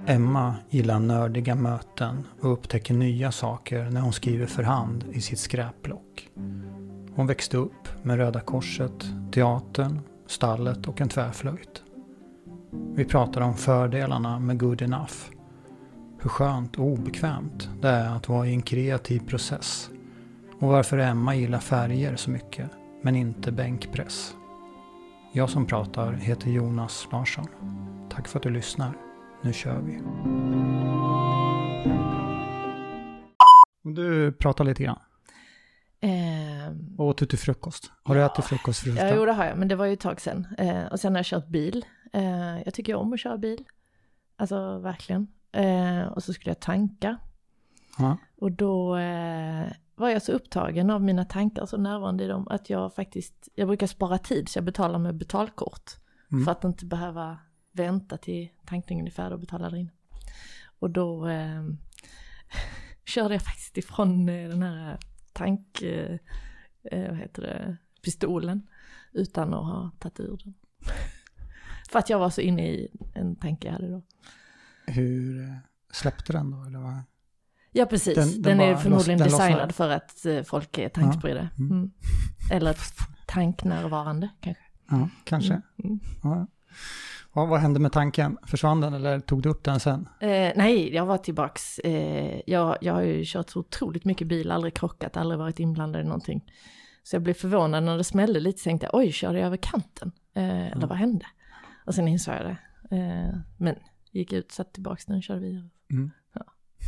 Emma gillar nördiga möten och upptäcker nya saker när hon skriver för hand i sitt skräpblock. Hon växte upp med Röda Korset, teatern, stallet och en tvärflöjt. Vi pratar om fördelarna med good enough. Hur skönt och obekvämt det är att vara i en kreativ process. Och varför Emma gillar färger så mycket, men inte bänkpress. Jag som pratar heter Jonas Larsson. Tack för att du lyssnar. Nu kör vi. Du pratar lite grann. Och åt du till frukost? Har du ätit frukost förut? Ja, jo, det har jag, men det var ju ett tag sedan. Och sen har jag kört bil. Jag tycker om att köra bil. Alltså, verkligen. Och så skulle jag tanka. Ja. Och då var jag så upptagen av mina tankar, så närvarande i dem, att jag brukar spara tid, så jag betalar med betalkort. För att inte behöva vänta till tankningen är färdig och betala där inne. Och då körde jag faktiskt ifrån den här pistolen utan att ha tagit ur den. För att jag var så inne i en tanke jag hade då. Hur släppte den då? Eller vad? Ja, precis. Den är förmodligen designad för att folk är tankspridda. Eller tanknärvarande kanske. Ja, kanske. Ja. Vad hände med tanken? Försvann den eller tog du upp den sen? Nej, jag var tillbaks. Jag har ju kört så otroligt mycket bil, aldrig krockat, aldrig varit inblandad i någonting. Så jag blev förvånad när det smällde lite, och tänkte oj, körde jag över kanten? Eller vad hände? Och sen insåg jag det. Men gick ut, satt tillbaks den och körde vidare. Ja.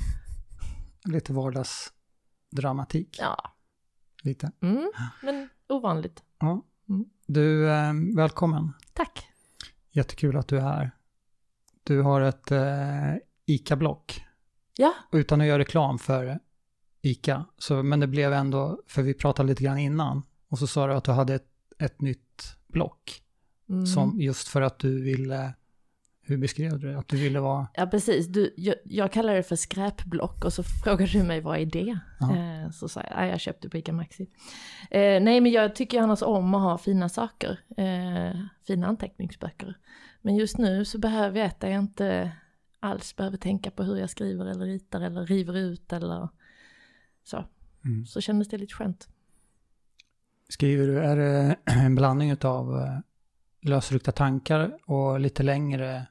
Lite vardagsdramatik. Ja. Lite. Men ovanligt. Ja. Du, välkommen. Tack. Jättekul att du är här. Du har ett ICA-block. Ja. Utan att göra reklam för ICA. Men det blev ändå, för vi pratade lite grann innan. Och så sa du att du hade ett nytt block. Som just för att du ville, hur beskrev du det? Att du ville vara... Ja, precis. Jag kallar det för skräpblock och så frågade du mig vad är det? Så sa jag köpte på ICA Maxi. Nej, men jag tycker annars om att ha fina saker. Fina anteckningsböcker. Men just nu så behöver jag att jag inte alls behöver tänka på hur jag skriver eller ritar eller river ut eller så. Så kändes det lite skönt. Skriver du, är det en blandning av lösryckta tankar och lite längre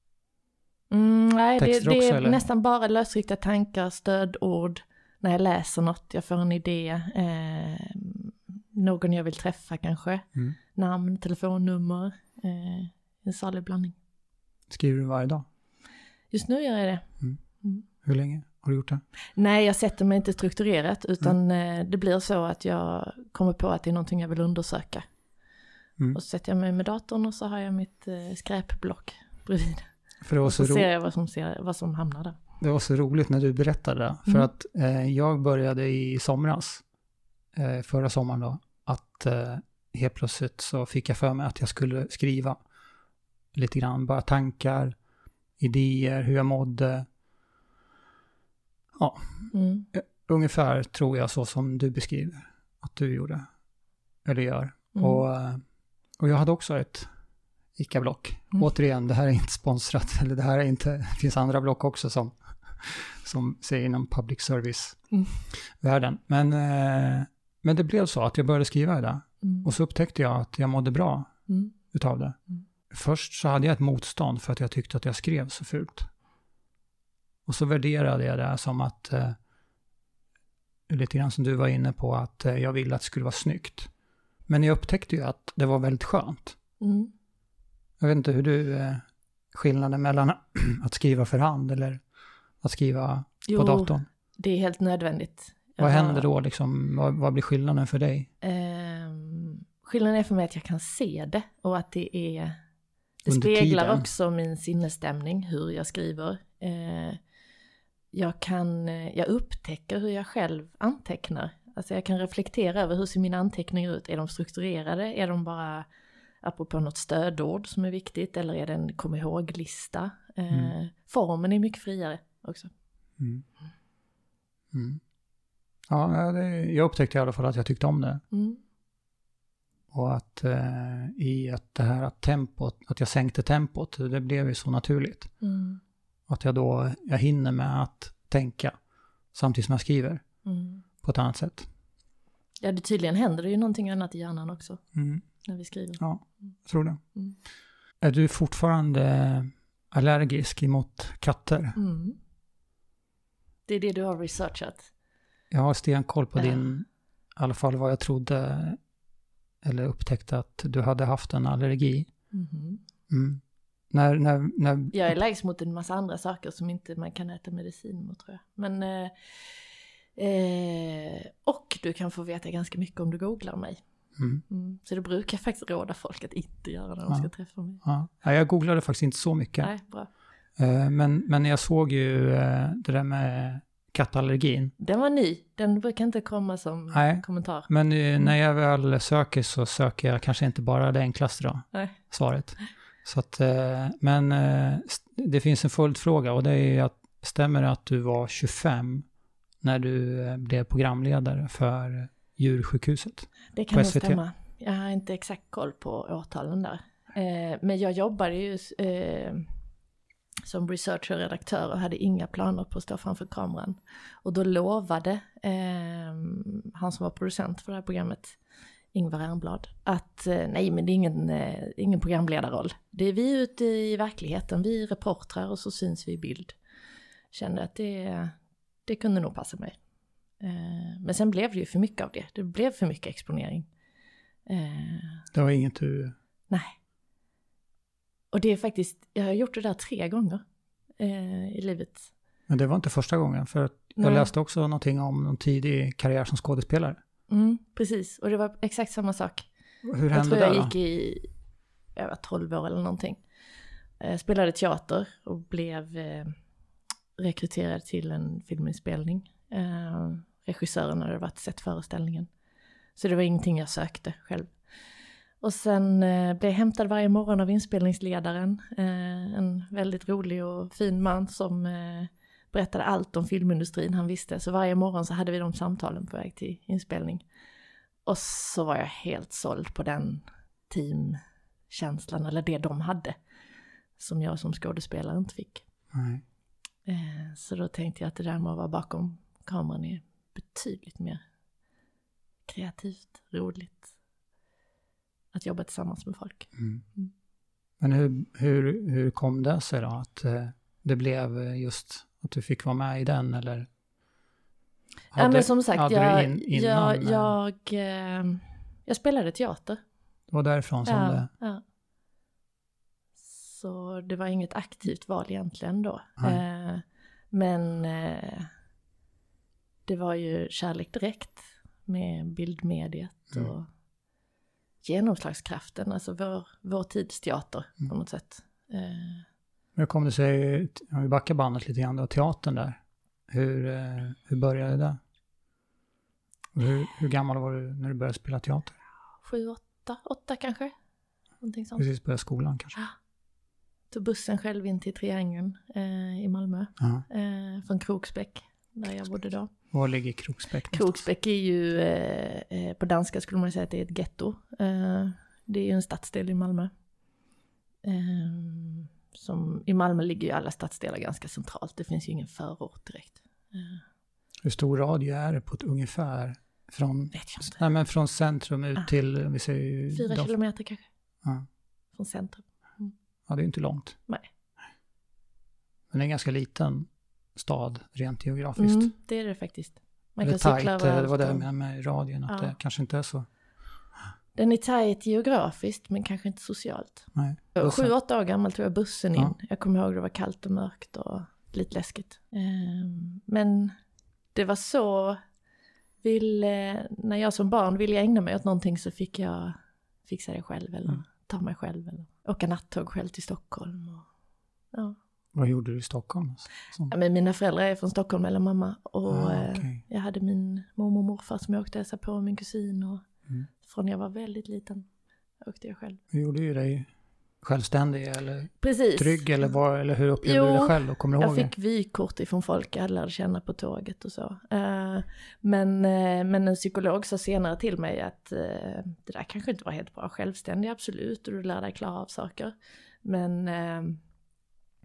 nej, texter det också, är eller? Nästan bara lösryckta tankar, stödord. När jag läser något, jag får en idé. Någon jag vill träffa kanske. Namn, telefonnummer. En salig blandning. Skriver du varje dag? Just nu gör jag det. Hur länge har du gjort det? Nej, jag sätter mig inte strukturerat. Utan det blir så att jag kommer på att det är någonting jag vill undersöka. Och så sätter jag mig med datorn och så har jag mitt skräpblock bredvid. För det var så ser jag vad som hamnar där. Det var så roligt när du berättade det. För att jag började i somras, förra sommaren då, att helt plötsligt så fick jag för mig att jag skulle skriva lite grann, bara tankar, idéer, hur jag mådde. Ja, ungefär tror jag så som du beskriver att du gjorde, eller gör. Och jag hade också ett ICA-block. Återigen, det här är inte sponsrat, eller det här är inte, det finns andra block också som säger inom public service-världen. Men det blev så att jag började skriva det. Och så upptäckte jag att jag mådde bra utav det. Först så hade jag ett motstånd för att jag tyckte att jag skrev så fult. Och så värderade jag det som att, lite grann som du var inne på, att jag ville att det skulle vara snyggt. Men jag upptäckte ju att det var väldigt skönt. Jag vet inte hur skillnaden mellan att skriva för hand eller att skriva på datorn. Det är helt nödvändigt. Vad händer då liksom? Vad blir skillnaden för dig? Skillnaden är för mig att jag kan se det och att det speglar tiden. Också min sinnesstämning, hur jag skriver. Jag upptäcker hur jag själv antecknar. Alltså jag kan reflektera över hur ser mina anteckningar ut. Är de strukturerade? Är de bara apropå något stödord som är viktigt? Eller är det en kom ihåg-lista? Formen är mycket friare också. Ja, jag upptäckte i alla fall att jag tyckte om det. Och att i att det här tempot, att jag sänkte tempot, det blev ju så naturligt. Att jag hinner med att tänka samtidigt som jag skriver på ett annat sätt. Ja, det tydligen händer det ju någonting annat i hjärnan också när vi skriver. Ja, jag tror det. Är du fortfarande allergisk emot katter? Det är det du har researchat. Jag har stenkoll på din, i alla fall vad jag trodde eller upptäckte att du hade haft en allergi. När jag är allergisk mot en massa andra saker som inte man kan äta medicin mot, tror jag. Men och du kan få veta ganska mycket om du googlar mig. Så det brukar faktiskt råda folk att inte göra när de ska träffa mig. Ja, jag googlade faktiskt inte så mycket. Nej, bra. Men jag såg ju det där med kattallergin. Den var ny. Den brukar inte komma som kommentar. Men när jag väl söker så söker jag kanske inte bara det enklaste då. Svaret. Så att, men det finns en följdfråga och det är att stämmer det att du var 25 när du blev programledare för Djursjukhuset? Det kan nog stämma. Jag har inte exakt koll på årtalen där. Men jag jobbade ju som researcher och redaktör och hade inga planer på att stå framför kameran. Och då lovade han som var producent för det här programmet, Ingvar Ernblad, att nej, men det är ingen programledarroll. Det är vi ute i verkligheten, vi är reportrar och så syns vi i bild. Kände att det kunde nog passa mig. Men sen blev det ju för mycket av det. Det blev för mycket exponering. Det var inget du... Nej. Och det är faktiskt, jag har gjort det där 3 gånger i livet. Men det var inte första gången, för jag läste också någonting om någon tidig karriär som skådespelare. Precis, och det var exakt samma sak. Hur hände det då? Jag gick jag var 12 år eller någonting. Jag spelade teater och blev rekryterad till en filminspelning. Regissören hade varit sett föreställningen. Så det var ingenting jag sökte själv. Och sen blev jag hämtad varje morgon av inspelningsledaren. En väldigt rolig och fin man som berättade allt om filmindustrin han visste. Så varje morgon så hade vi de samtalen på väg till inspelning. Och så var jag helt såld på den teamkänslan, eller det de hade. Som jag som skådespelare inte fick. Så då tänkte jag att det där med att vara bakom kameran är betydligt mer kreativt, roligt. Att jobba tillsammans med folk. Men hur kom det sig då att det blev just att du fick vara med i den, eller? Men som sagt, jag spelade teater. Det var därifrån som det... Ja. Så det var inget aktivt val egentligen då. Men det var ju kärlek direkt med bildmediet och genomslagskraften, alltså vår tids teater på något sätt. Hur kom det sig, om vi backar bandet lite grann då, teatern där, hur började det? Hur gammal var du när du började spela teater? 7-8 kanske, någonting sånt. Precis, började skolan kanske. Tog bussen själv in till Triangeln i Malmö, från Kroksbäck, där jag bodde då. Var ligger Kroksbäck? Kroksbäck är ju, på danska skulle man säga att det är ett getto. Det är ju en stadsdel i Malmö. I Malmö ligger ju alla stadsdelar ganska centralt. Det finns ju ingen förort direkt. Hur stor radie är det på ett ungefär? Från centrum ut till, vi säger... 4 kilometer kanske. Från centrum. Ja, det är ju inte långt. Nej. Men det är en ganska liten stad rent geografiskt. Det är det faktiskt. Man kan cykla överallt. Det var det med radien, att det kanske inte är så. Den är tajt geografiskt, men kanske inte socialt. Nej. 7-8 år gammal tog jag bussen in. Jag kommer ihåg det var kallt och mörkt och lite läskigt. Men det var så... när jag som barn ville ägna mig åt någonting, så fick jag fixa det själv eller ta mig själv eller åka nattåg själv till Stockholm. Vad gjorde du i Stockholm? Men mina föräldrar är från Stockholm, eller mamma. Och jag hade min mormor och morfar som jag åkte hälsa på, min kusin. Och från jag var väldigt liten åkte jag själv. Hur gjorde du dig självständig eller Precis. Trygg? Eller hur upplevde du det själv? Och kommer du ihåg jag fick vykort ifrån folk jag lärde känna på tåget och så. Men en psykolog sa senare till mig att det där kanske inte var helt bra. Självständig, absolut. Och du lär dig klara av saker. Men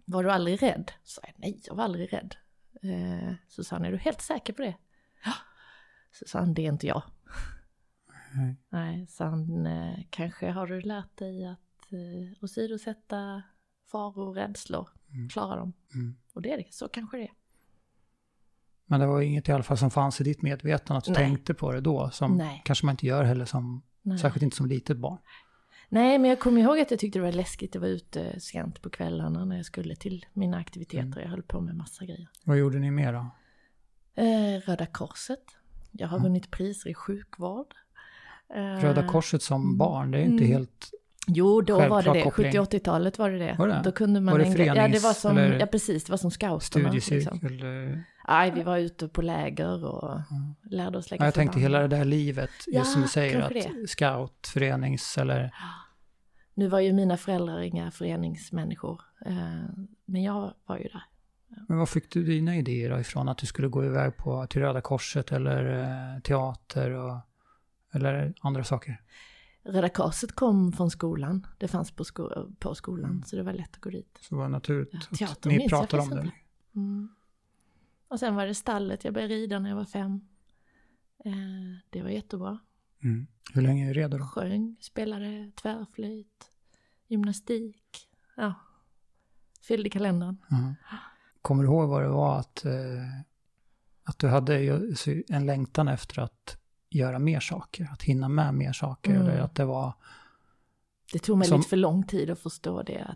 Var du aldrig rädd? Så jag, nej, jag var aldrig rädd. Så sa han, är du helt säker på det? Ja. Så sa han, det är inte jag. Nej, så han, kanske har du lärt dig att åsidosätta faror och rädslor. Klara dem. Och det är det, så kanske det är. Men det var inget i alla fall som fanns i ditt medvetande att du tänkte på det då. Som kanske man inte gör heller, särskilt inte som litet barn. Nej, men jag kommer ihåg att jag tyckte det var läskigt att vara ute sent på kvällarna när jag skulle till mina aktiviteter. Jag höll på med massa grejer. Vad gjorde ni mer då? Röda Korset. Jag har vunnit priser i sjukvård. Röda Korset som barn, det är inte helt... Jo, då var det 70-80-talet var det. Var det? Då kunde man... Var det förenings... Ja, det var som... Ja, precis. Det var som scouterna. Studiecirkel? Liksom. Nej, vi var ute på läger och lärde oss lägga jag tänkte hela det där livet, just som du säger, att det. Scout, förenings eller... Nu var ju mina föräldrar inga föreningsmänniskor. Men jag var ju där. Men vad fick du dina idéer då ifrån? Att du skulle gå iväg till Röda Korset eller teater eller andra saker? Röda Korset kom från skolan. Det fanns på skolan, så det var lätt att gå dit. Så det var naturligt. Ja, ni pratade om det. Och sen var det stallet. Jag började rida när jag var 5. Det var jättebra. Hur länge red du då? Sjöng, spelade tvärflöjt, gymnastik. Ja, fyllde kalendern. Kommer du ihåg vad det var att du hade en längtan efter att göra mer saker, att hinna med mer saker, eller att det var... Det tog mig lite för lång tid att förstå det,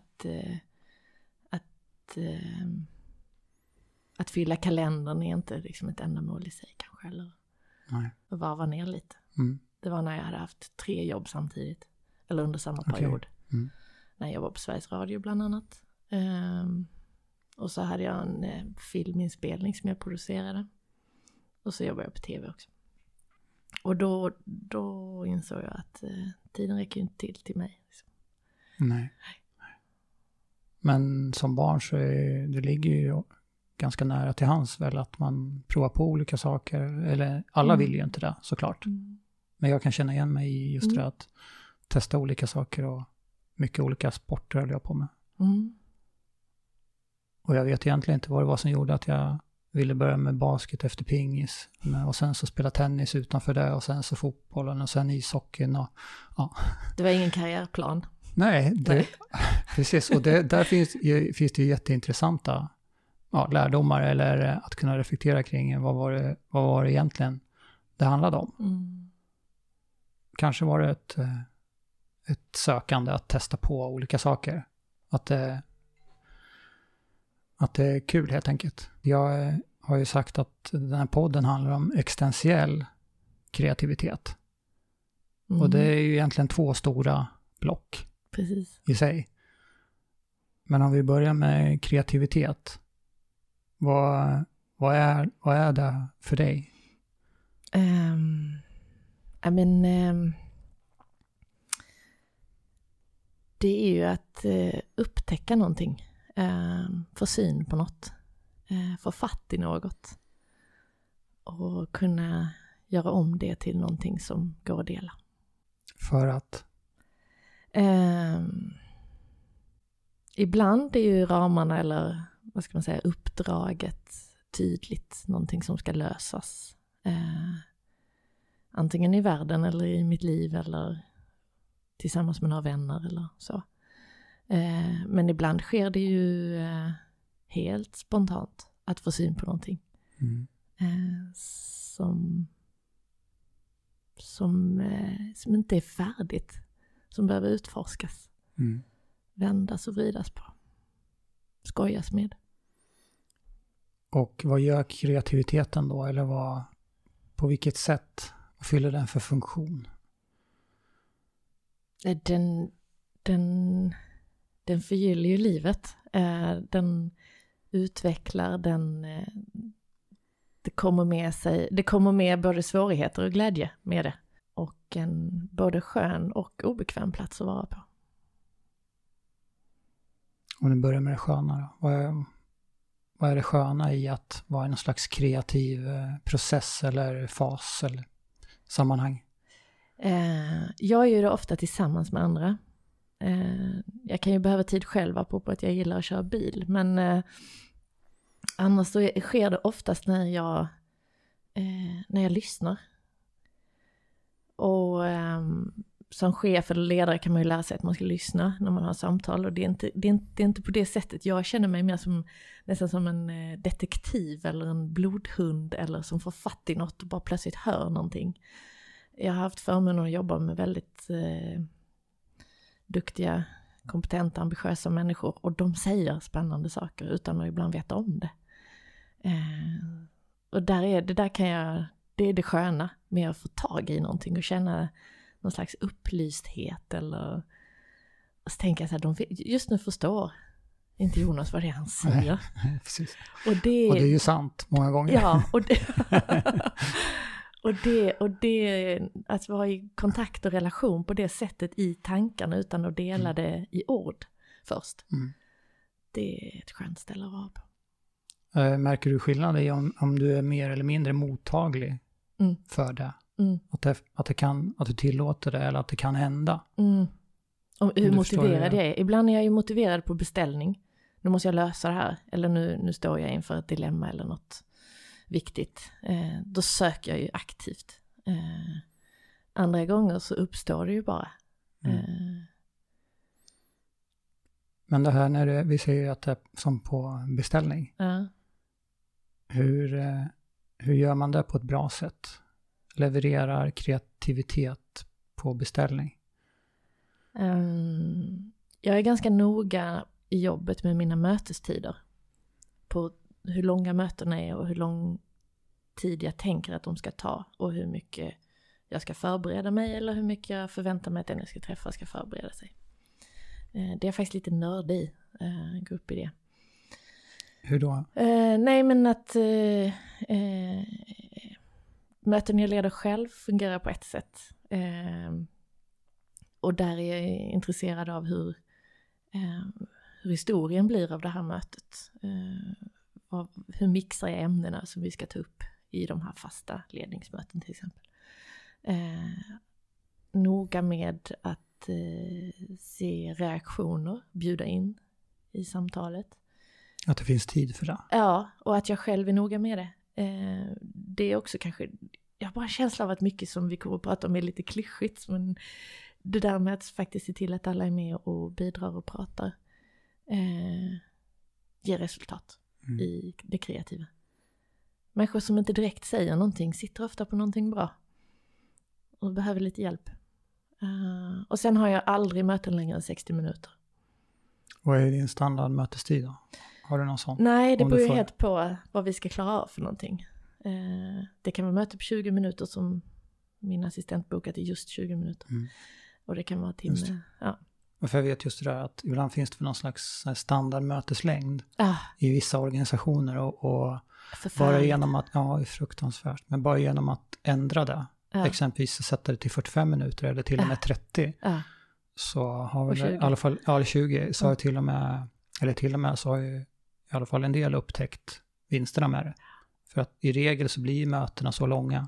att fylla kalendern är inte liksom ett ändamål i sig kanske, eller att varva ner lite. Det var när jag hade haft 3 jobb samtidigt, eller under samma period. När jag jobbade på Sveriges Radio bland annat. Och så hade jag en filminspelning som jag producerade. Och så jobbade jag på tv också. Och då insåg jag att tiden räcker ju inte till mig. Liksom. Nej. Men som barn så det ligger ju ganska nära till hands väl att man provar på olika saker. Eller alla vill ju inte det, såklart. Men jag kan känna igen mig i just det att testa olika saker och mycket olika sporter höll jag på med. Och jag vet egentligen inte vad det var som gjorde att jag ville börja med basket efter pingis. Och sen så spela tennis utanför det och sen så fotbollen och sen ishockeyn. Och, ja. Det var ingen karriärplan. Nej, precis. Och där finns det ju jätteintressanta lärdomar eller att kunna reflektera kring vad var det egentligen det handlade om. Kanske var det ett sökande att testa på olika saker. Att det är kul helt enkelt. Jag har ju sagt att den här podden handlar om existentiell kreativitet. Och det är ju egentligen 2 stora block i sig. Men om vi börjar med kreativitet. Vad är det för dig? Det är ju att upptäcka någonting. Få syn på något. Få fatt i något. Och kunna göra om det till någonting som går att dela. För att? Ibland är ju ramarna eller vad ska man säga, uppdraget tydligt. Någonting som ska lösas. Antingen i världen eller i mitt liv eller tillsammans med några vänner eller så. Men ibland sker det ju helt spontant att få syn på någonting. Som inte är färdigt. Som behöver utforskas. Vändas och vridas på. Skojas med. Och vad gör kreativiteten då? Eller på vilket sätt fyller den för funktion? Den förgyller ju livet. Den utvecklar, det kommer med både svårigheter och glädje med det. Och en både skön och obekväm plats att vara på. Om du börjar med det sköna då. Vad är det sköna i att vara i någon slags kreativ process eller fas eller sammanhang? Jag gör det ofta tillsammans med andra. Jag kan ju behöva tid själv på att jag gillar att köra bil. Men annars så sker det oftast när jag lyssnar. Och som chef eller ledare kan man ju lära sig att man ska lyssna när man har samtal. Och det är inte på det sättet. Jag känner mig mer som nästan som en detektiv eller en blodhund. Eller som får fatt i något och bara plötsligt hör någonting. Jag har haft förmånen att jobba med väldigt duktiga, kompetenta, ambitiösa människor. Och de säger spännande saker utan att ibland veta om det. Och det är det sköna med att få tag i någonting och känna någon slags upplysthet. Eller, och så tänker jag så här, just nu förstår inte Jonas vad det är han säger. Nej, precis. Och det är ju sant många gånger. Ja, och det att vara i kontakt och relation på det sättet i tankarna utan att dela det i ord först. Det är ett skönt ställe att vara på. Märker du skillnad i om du är mer eller mindre mottaglig för det? Att du tillåter det eller att det kan hända? Och hur motiverad jag är. Ibland är jag ju motiverad på beställning. Nu måste jag lösa det här. Eller nu står jag inför ett dilemma eller något viktigt. Då söker jag ju aktivt. Andra gånger så uppstår det ju bara. Men det här när vi säger att det är som på beställning. Hur gör man det på ett bra sätt? Levererar kreativitet på beställning? Jag är ganska noga i jobbet med mina mötestider. På hur långa mötena är och hur lång tid jag tänker att de ska ta. Och hur mycket jag ska förbereda mig eller hur mycket jag förväntar mig att den jag ska träffa ska förbereda sig. Det är faktiskt lite nörd i. Gå upp i det. Hur då? Nej, men att möten jag leder själv fungerar på ett sätt. Och där är jag intresserad av hur historien blir av det här mötet. Hur mixar jag ämnena som vi ska ta upp i de här fasta ledningsmöten till exempel. Noga med att se reaktioner, bjuda in i samtalet. Att det finns tid för det. Ja, och att jag själv är noga med det. Det är också kanske, jag har bara en känsla av att mycket som vi kommer att prata om är lite klyschigt. Men det där med att faktiskt se till att alla är med och bidrar och pratar ger resultat i det kreativa. Människor som inte direkt säger någonting sitter ofta på någonting bra. Och behöver lite hjälp. Och sen har jag aldrig möten längre än 60 minuter. Vad är din standardmötestid då? Har du någon sån? Nej, det beror ju helt på vad vi ska klara av för någonting. Det kan vara möte på 20 minuter som min assistent bokat i just 20 minuter. Och det kan vara timme. Ja. För jag vet just det där att ibland finns det någon slags standardmöteslängd i vissa organisationer och bara genom att, det är fruktansvärt, men bara genom att ändra det, exempelvis sätta det till 45 minuter eller till och med 30 så har vi i alla fall 20 så har till och med så har ju i alla fall en del upptäckt vinsterna med det. För att i regel så blir mötena så långa.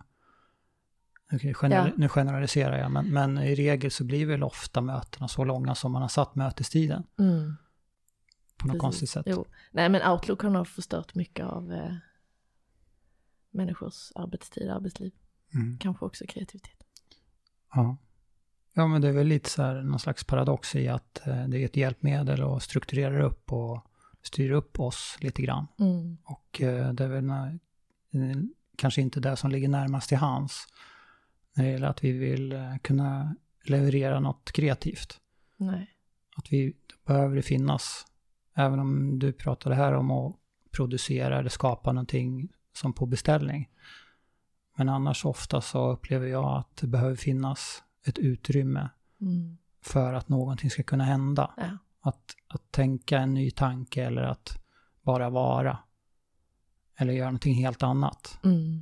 Nu generaliserar jag, men i regel så blir väl ofta mötena så långa som man har satt mötestiden. På något konstigt sätt. Jo. Nej, men Outlook har nog förstört mycket av människors arbetstid, arbetsliv. Kanske också kreativitet. Ja, men det är väl lite så här någon slags paradox i att det är ett hjälpmedel och strukturerar upp och styr upp oss lite grann. Och det är väl kanske inte det som ligger närmast till hands när det gäller att vi vill kunna leverera något kreativt. Nej. Att vi behöver det finnas, även om du pratade här om att producera eller skapa någonting som på beställning. Men annars ofta så upplever jag att det behöver finnas ett utrymme för att någonting ska kunna hända. Ja. Att tänka en ny tanke eller att bara vara. Eller göra någonting helt annat.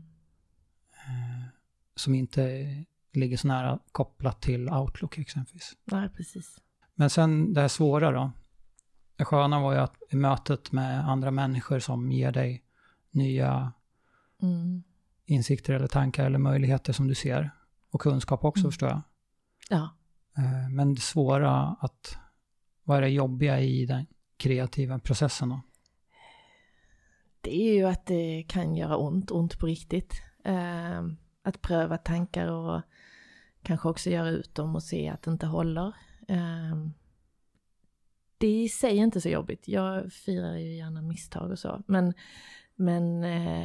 Som inte ligger så nära kopplat till Outlook exempelvis. Nej, precis. Men sen det här svåra då. Det sköna var ju att i mötet med andra människor som ger dig nya insikter eller tankar eller möjligheter som du ser. Och kunskap också förstår jag. Ja. Men det svåra att Vad är det jobbiga i den kreativa processen då? Det är ju att det kan göra ont på riktigt. Att pröva tankar och kanske också göra ut dem och se att det inte håller. Det i sig är inte så jobbigt. Jag firar ju gärna misstag och så. Men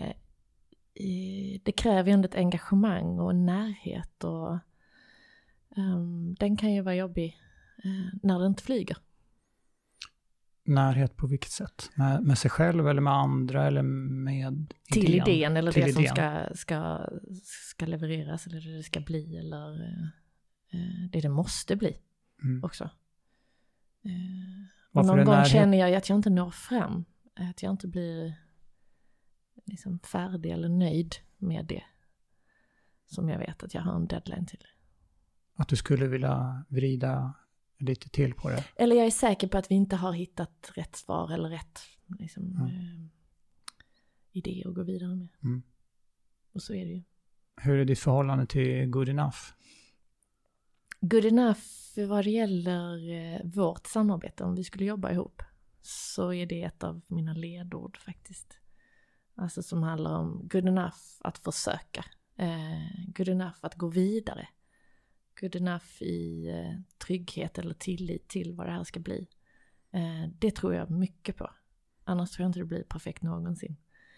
det kräver ju ändå ett engagemang och en närhet. Och den kan ju vara jobbig när det inte flyger. Närhet på vilket sätt? Med sig själv eller med andra eller med till idén eller till det idén. som ska levereras eller det ska bli eller det måste bli också. Och någon gång känner jag att jag inte når fram. Att jag inte blir liksom färdig eller nöjd med det som jag vet att jag har en deadline till. Att du skulle vilja vrida lite till på det? Eller jag är säker på att vi inte har hittat rätt svar eller rätt idé att gå vidare med. Mm. Och så är det ju. Hur är ditt förhållande till Good Enough? Good Enough vad det gäller vårt samarbete, om vi skulle jobba ihop, så är det ett av mina ledord faktiskt. Alltså som handlar om good enough att försöka. Good enough att gå vidare. Good enough i trygghet eller tillit till vad det här ska bli. Det tror jag mycket på. Annars tror jag inte det blir perfekt någonsin.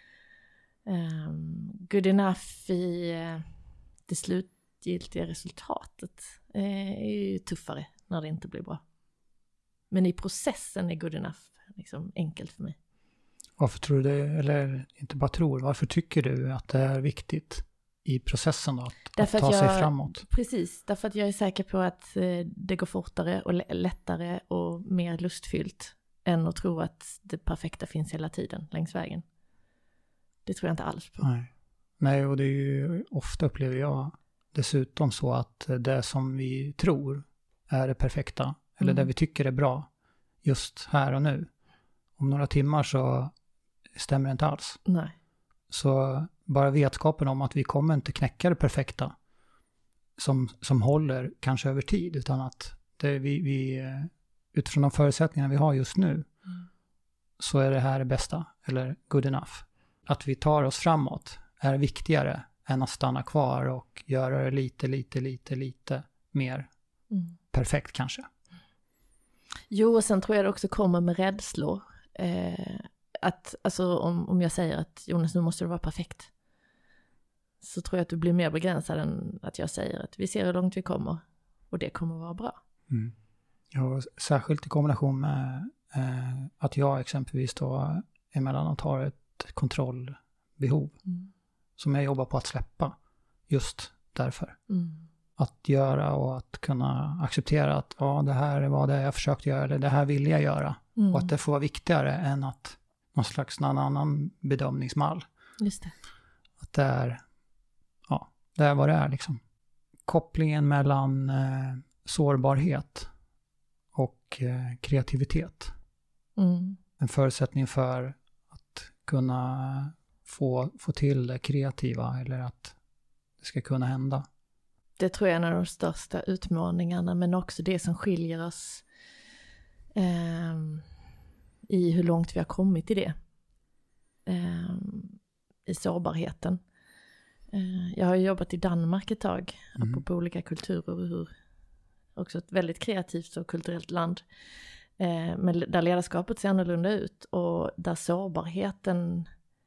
Good enough i det slutgiltiga resultatet är ju tuffare när det inte blir bra. Men i processen är good enough liksom enkelt för mig. Varför tror du det, eller inte bara tror, varför tycker du att det är viktigt i processen då, att ta sig framåt? Precis, därför att jag är säker på att det går fortare och lättare och mer lustfyllt än att tro att det perfekta finns hela tiden längs vägen. Det tror jag inte alls på. Nej, och det är ju ofta, upplever jag dessutom, så att det som vi tror är det perfekta, eller det vi tycker är bra just här och nu, om några timmar så stämmer det inte alls. Nej. Så bara vetskapen om att vi kommer inte knäcka det perfekta som håller kanske över tid, utan att det vi utifrån de förutsättningar vi har just nu så är det här det bästa, eller good enough. Att vi tar oss framåt är viktigare än att stanna kvar och göra det lite mer perfekt kanske. Jo, och sen tror jag det också kommer med rädslor. Att, alltså, om jag säger att Jonas, nu måste det vara perfekt, så tror jag att du blir mer begränsad än att jag säger att vi ser hur långt vi kommer och det kommer vara bra. Mm. Ja, särskilt i kombination med att jag exempelvis då emellanåt har ett kontrollbehov som jag jobbar på att släppa just därför. Att göra och att kunna acceptera att det här var det jag försökte göra, eller det här vill jag göra. Och att det får vara viktigare än att någon slags annan bedömningsmall. Just det. Att det är vad det är liksom. Kopplingen mellan sårbarhet och kreativitet. En förutsättning för att kunna få till det kreativa, eller att det ska kunna hända. Det tror jag är en av de största utmaningarna, men också det som skiljer oss i hur långt vi har kommit i det. I sårbarheten. Jag har jobbat i Danmark ett tag, på olika kulturer och hur också ett väldigt kreativt och kulturellt land. Men där ledarskapet ser annorlunda ut och där sårbarheten,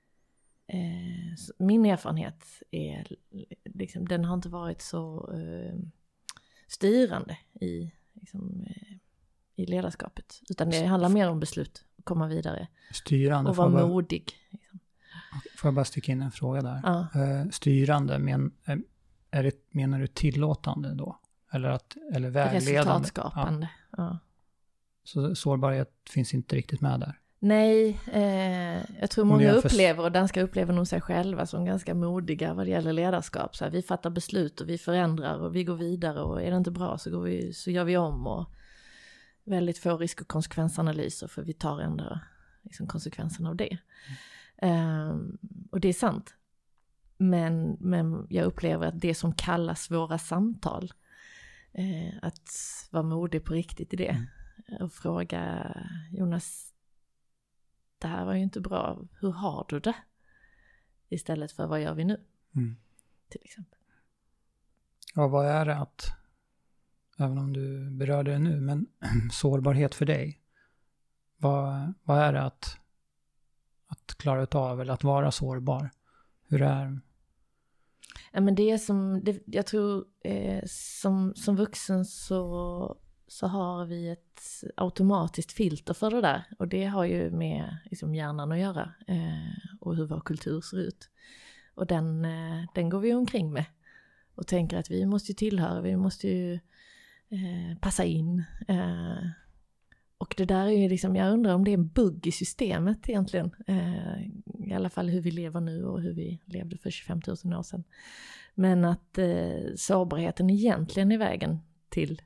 min erfarenhet är liksom, den har inte varit så styrande i ledarskapet, utan det handlar mer om beslut, komma vidare, styrande och vara modig liksom. Får jag bara sticka in en fråga där? Ja. Styrande, menar du tillåtande då? Eller vägledande? Resultatskapande. Ja. Så sårbarhet finns inte riktigt med där? Nej, jag tror många upplever, och danskar upplever nog sig själva som ganska modiga vad det gäller ledarskap. Så här, vi fattar beslut och vi förändrar och vi går vidare, och är det inte bra så gör vi om, och väldigt få risk- och konsekvensanalyser, för vi tar ändå liksom konsekvenserna av det. Och det är sant. Men jag upplever att det som kallas våra samtal, att vara modig på riktigt i det, och fråga Jonas, det här var ju inte bra, hur har du det? Istället för vad gör vi nu? Till exempel. Ja, vad är det att, även om du berörde det nu, men sårbarhet för dig, vad är det att klara av eller att vara sårbar? Hur är... Ja, men det är jag tror som vuxen så har vi ett automatiskt filter för det där. Och det har ju med liksom hjärnan att göra. Och hur vår kultur ser ut. Och den går vi omkring med. Och tänker att vi måste ju tillhöra, vi måste ju passa in. Och det där är ju liksom, jag undrar om det är en bugg i systemet egentligen. I alla fall hur vi lever nu och hur vi levde för 25 000 år sedan. Men att sårbarheten egentligen är vägen till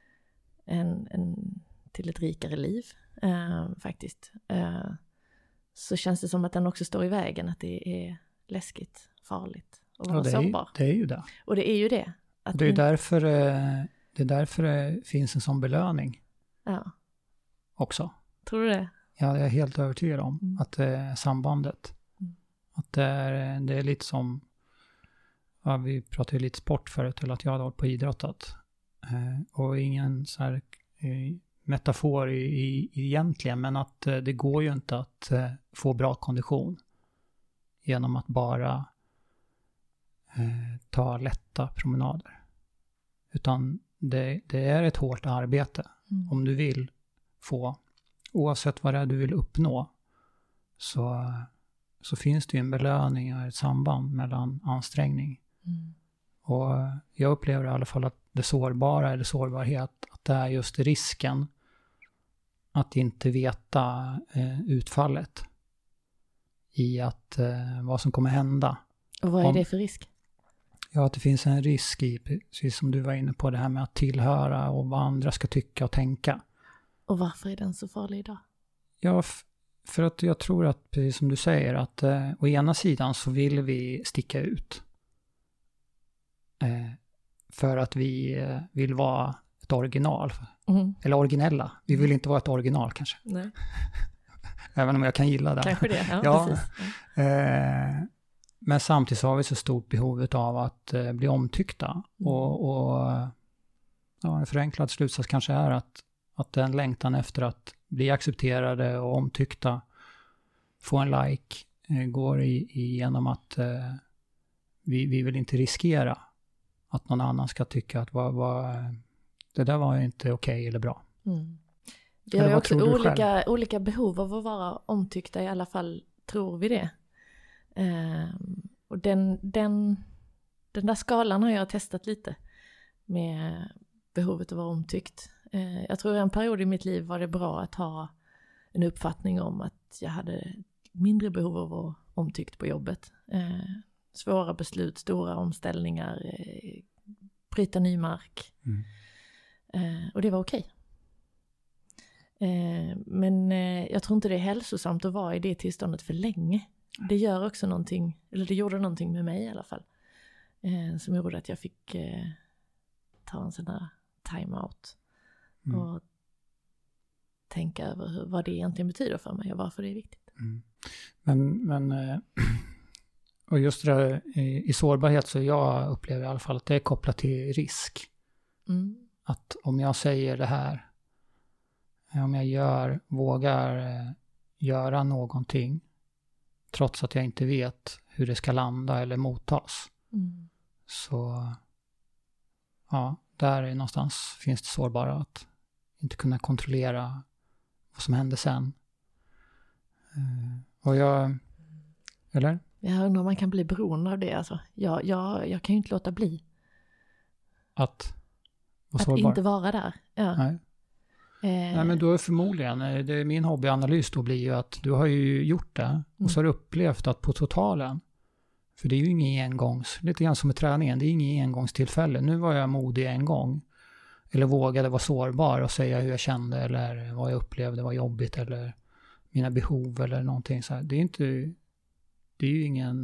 till ett rikare liv faktiskt. Så känns det som att den också står i vägen, att det är läskigt, farligt att vara sårbar. Det är ju det. Och det är ju det. Att det är därför det finns en sån belöning. Ja. Också. Tror du det? Ja, jag är helt övertygad om att det är sambandet. Att det är lite som, ja, vi pratade ju lite sport förut, eller att jag hade hållit på idrottat. Och ingen så här metafor egentligen, men att det går ju inte att få bra kondition genom att bara ta lätta promenader. Utan det är ett hårt arbete. Om du vill få, oavsett vad det är du vill uppnå, så finns det ju en belöning och ett samband mellan ansträngning. Och jag upplever i alla fall att det sårbara eller sårbarhet, att det är just risken att inte veta utfallet i att vad som kommer hända. Och vad är det för risk? Ja, att det finns en risk i, precis som du var inne på, det här med att tillhöra och vad andra ska tycka och tänka. Och varför är den så farlig idag? Ja, för att jag tror att, precis som du säger, att å ena sidan så vill vi sticka ut. För att vi vill vara ett original. Eller originella. Vi vill inte vara ett original kanske. Nej. Även om jag kan gilla det. Kanske det, ja. Precis. Men samtidigt så har vi så stort behov av att bli omtyckta. Och en förenklad slutsats kanske är att den längtan efter att bli accepterade och omtyckta, få en like, går igenom att vi vill inte riskera att någon annan ska tycka att det där var inte okej eller bra. Vi har ju också olika behov av att vara omtyckta, i alla fall tror vi det. Och den där skalan har jag testat lite med behovet av att vara omtyckt. Jag tror en period i mitt liv var det bra att ha en uppfattning om att jag hade mindre behov av att vara omtyckt på jobbet. Svåra beslut, stora omställningar, bryta ny mark. Och det var okej. Men jag tror inte det är hälsosamt att vara i det tillståndet för länge. Det gör också någonting, eller det gjorde någonting med mig i alla fall. Som gjorde att jag fick ta en sån där time-out. Och tänka över vad det egentligen betyder för mig och varför det är viktigt. Men och just det där, i sårbarhet, så jag upplever i alla fall att det är kopplat till risk. Att om jag säger det här, om jag vågar göra någonting trots att jag inte vet hur det ska landa eller mottas, så ja, där är någonstans finns det sårbara, att inte kunna kontrollera vad som händer sen. Och eller? Jag undrar om man kan bli beroende av det. Alltså. Jag kan ju inte låta bli. Att inte vara där. Ja. Nej. Nej, men då är förmodligen, min hobbyanalys då blir ju att du har ju gjort det och så har du upplevt att på totalen, för det är ju ingen lite grann som med träningen, det är ingen engångstillfälle. Nu var jag modig en gång, eller vågade vara sårbar och säga hur jag kände eller vad jag upplevde var jobbigt eller mina behov eller någonting så här. Det är ju ingen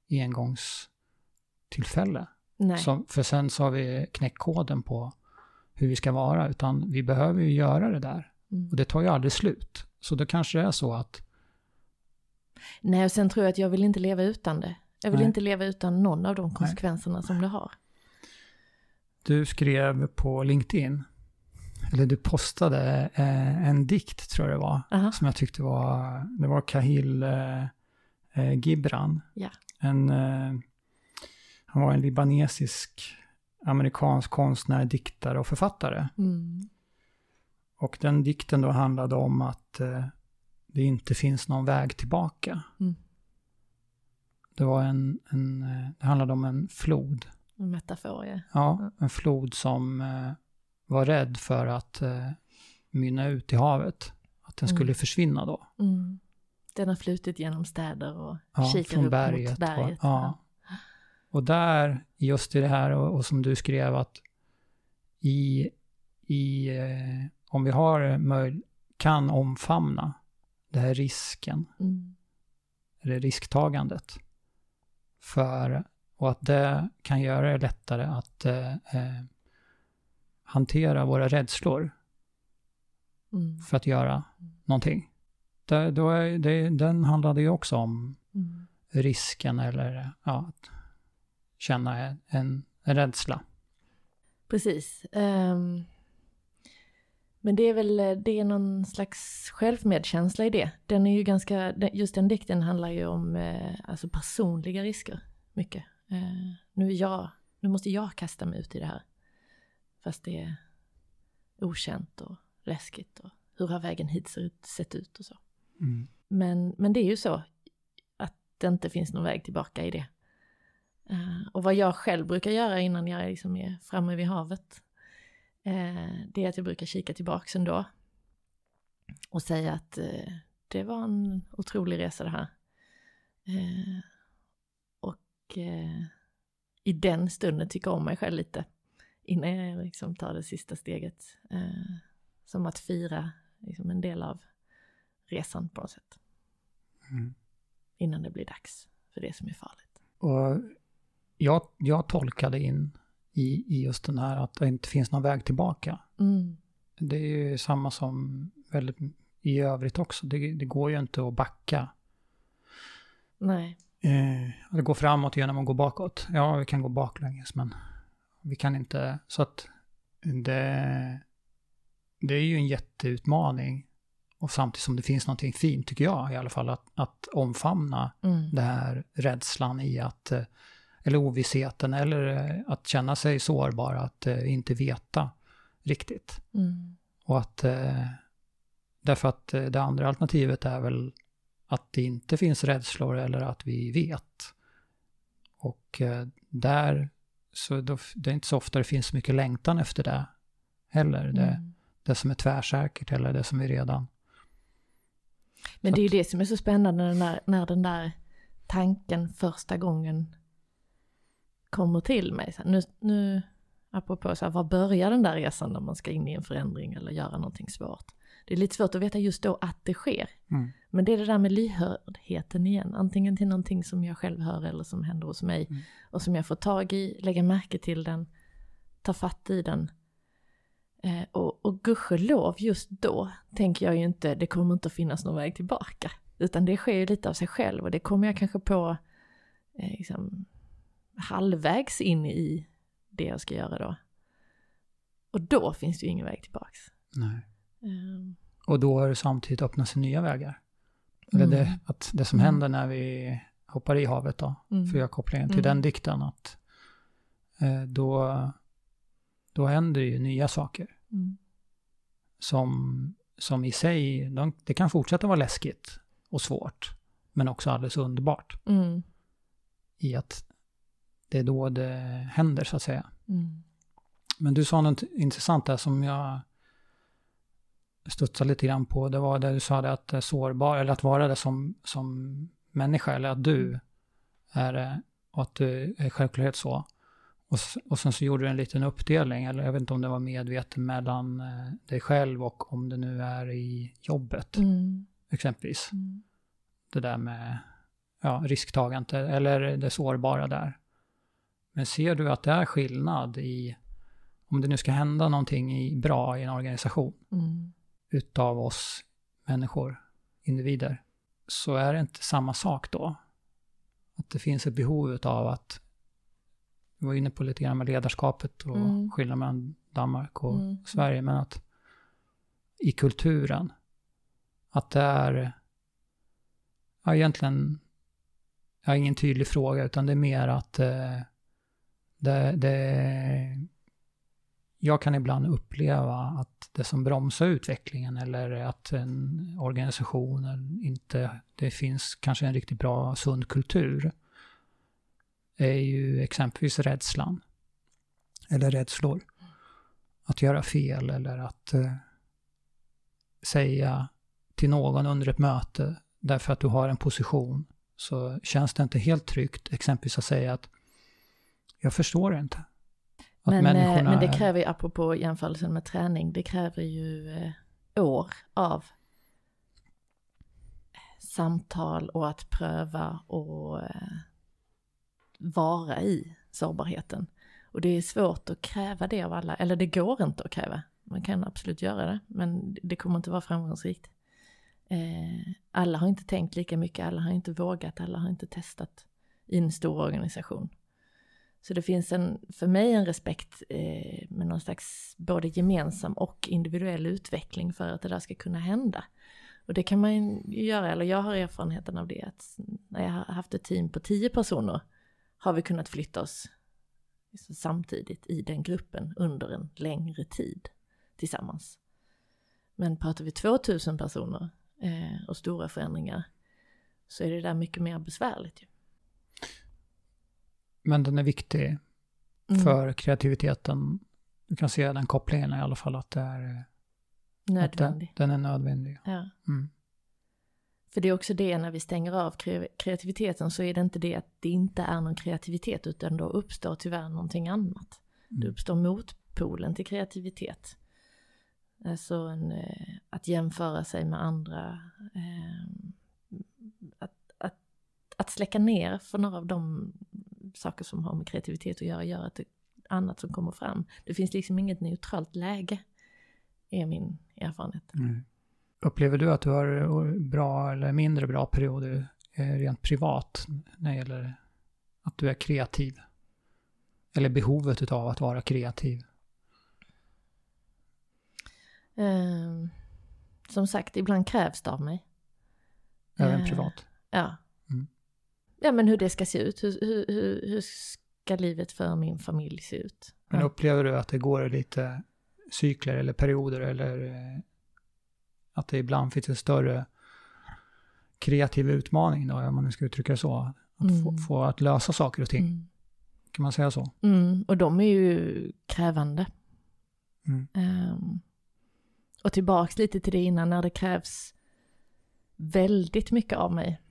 engångstillfälle. Nej. För sen så har vi knäckt koden på hur vi ska vara, utan vi behöver ju göra det där. Och det tar ju aldrig slut. Så då kanske det är så att... Nej, och sen tror jag att jag vill inte leva utan det. Jag vill inte leva utan någon av de konsekvenserna som det har. Du skrev på LinkedIn, eller du postade en dikt tror jag det var, som jag tyckte det var Kahil Gibran. Ja. Han var en libanesisk amerikansk konstnär, diktare och författare. Och den dikten då handlade om att det inte finns någon väg tillbaka. Det var det handlade om en flod. En metafor, ja. Ja, en flod som var rädd för att mynna ut i havet. Att den skulle försvinna då. Den har flutit genom städer och kikar från upp berget, mot berget. Och där, just i det här, och som du skrev, att om vi kan omfamna det här risken, eller risktagandet, och att det kan göra det lättare att hantera våra rädslor för att göra någonting. Den handlade ju också om risken, eller att känna en rädsla. Precis. Men det är någon slags självmedkänsla i det. Den är ju just den dikten handlar ju om alltså personliga risker mycket. Nu måste jag kasta mig ut i det här. Fast det är okänt och läskigt, och hur har vägen hit sett ut och så. Men det är ju så att det inte finns någon väg tillbaka i det. Och vad jag själv brukar göra innan jag liksom är framme vid havet, det är att jag brukar kika tillbaka ändå och säga att det var en otrolig resa det här. Och i den stunden tycka om mig själv lite innan jag liksom tar det sista steget. Som att fira liksom en del av resan på något sätt. Innan det blir dags för det som är farligt. Och jag tolkade in i just den här att det inte finns någon väg tillbaka. Det är ju samma som väldigt i övrigt också. Det går ju inte att backa. Nej. Det går framåt genom att gå bakåt. Ja, vi kan gå baklänges, men vi kan inte. Så att det är ju en jätteutmaning. Och samtidigt som det finns någonting fint, tycker jag i alla fall, att omfamna det här rädslan i att, eller ovissheten, eller att känna sig sårbar, att inte veta riktigt. Och att därför att det andra alternativet är väl att det inte finns rädslor, eller att vi vet. Och så det är inte så ofta det finns så mycket längtan efter det heller. Det som är tvärsäkert, eller det som vi redan... Men det är ju det som är så spännande när den där tanken första gången kommer till mig. Så nu apropå så här, var börjar den där resan när man ska in i en förändring eller göra någonting svårt? Det är lite svårt att veta just då att det sker. Men det är det där med lyhördheten igen. Antingen till någonting som jag själv hör eller som händer hos mig. Och som jag får tag i, lägga märke till den, ta fatt i den. Och gudskelov just då tänker jag ju inte, det kommer inte att finnas någon väg tillbaka. Utan det sker ju lite av sig själv, och det kommer jag kanske på liksom, halvvägs in i det jag ska göra då. Och då finns det ju ingen väg tillbaks. Nej. Och då har det samtidigt öppnat sig nya vägar. Eller det som händer när vi hoppar i havet då, för jag kopplingen till den dikten, att då händer ju nya saker. Som i sig, det kan fortsätta vara läskigt och svårt, men också alldeles underbart. I att det är då det händer, så att säga. Men du sa något intressant där som jag studsade lite grann på. Det var där du sa det, att det är sårbar, eller att vara det som människa, eller att du är det, och att du är självklart så. Och sen så gjorde du en liten uppdelning, eller jag vet inte om det var medveten, mellan dig själv och om det nu är i jobbet, exempelvis. Det där med risktagande, eller det sårbara där. Men ser du att det är skillnad i om det nu ska hända någonting bra i en organisation utav oss människor, individer, så är det inte samma sak då. Att det finns ett behov av att, vi var inne på lite grann med ledarskapet och skillnaden mellan Danmark och Sverige, men att i kulturen, att det är egentligen ingen tydlig fråga, utan det är mer att jag kan ibland uppleva att det som bromsar utvecklingen, eller att en organisation inte, det finns kanske en riktigt bra sund kultur, är ju exempelvis rädslan eller rädslor. Att göra fel eller att säga till någon under ett möte, därför att du har en position, så känns det inte helt tryggt exempelvis att säga att jag förstår inte. Men det kräver ju, apropå jämförelsen med träning, det kräver ju år av samtal och att pröva och vara i sårbarheten. Och det är svårt att kräva det av alla, eller det går inte att kräva. Man kan absolut göra det, men det kommer inte vara framgångsrikt. Alla har inte tänkt lika mycket, alla har inte vågat, alla har inte testat i en stor organisation. Så det finns för mig en respekt med någon slags både gemensam och individuell utveckling för att det där ska kunna hända. Och det kan man ju göra, eller jag har erfarenheten av det, att när jag har haft ett team på 10 personer har vi kunnat flytta oss samtidigt i den gruppen under en längre tid tillsammans. Men pratar vi 2000 personer och stora förändringar, så är det där mycket mer besvärligt ju. Men den är viktig för kreativiteten. Du kan se den kopplingen i alla fall, att det är nödvändig. Att den är nödvändig. Ja. För det är också det, när vi stänger av kreativiteten, så är det inte det att det inte är någon kreativitet, utan då uppstår tyvärr någonting annat. Det uppstår motpolen till kreativitet. Alltså att jämföra sig med andra, att släcka ner för några av de saker som har med kreativitet att göra att det är annat som kommer fram. Det finns liksom inget neutralt läge, är min erfarenhet. Upplever du att du har bra eller mindre bra perioder rent privat när det gäller att du är kreativ? Eller behovet av att vara kreativ? Som sagt, ibland krävs det av mig. Även privat? Ja. Ja, men hur det ska se ut. Hur ska livet för min familj se ut? Men upplever du att det går lite cykler eller perioder, eller att det ibland finns en större kreativ utmaning då, om man nu ska uttrycka det så, att få att lösa saker och ting? Kan man säga så? Och de är ju krävande. Och tillbaks lite till det innan, när det krävs väldigt mycket av mig,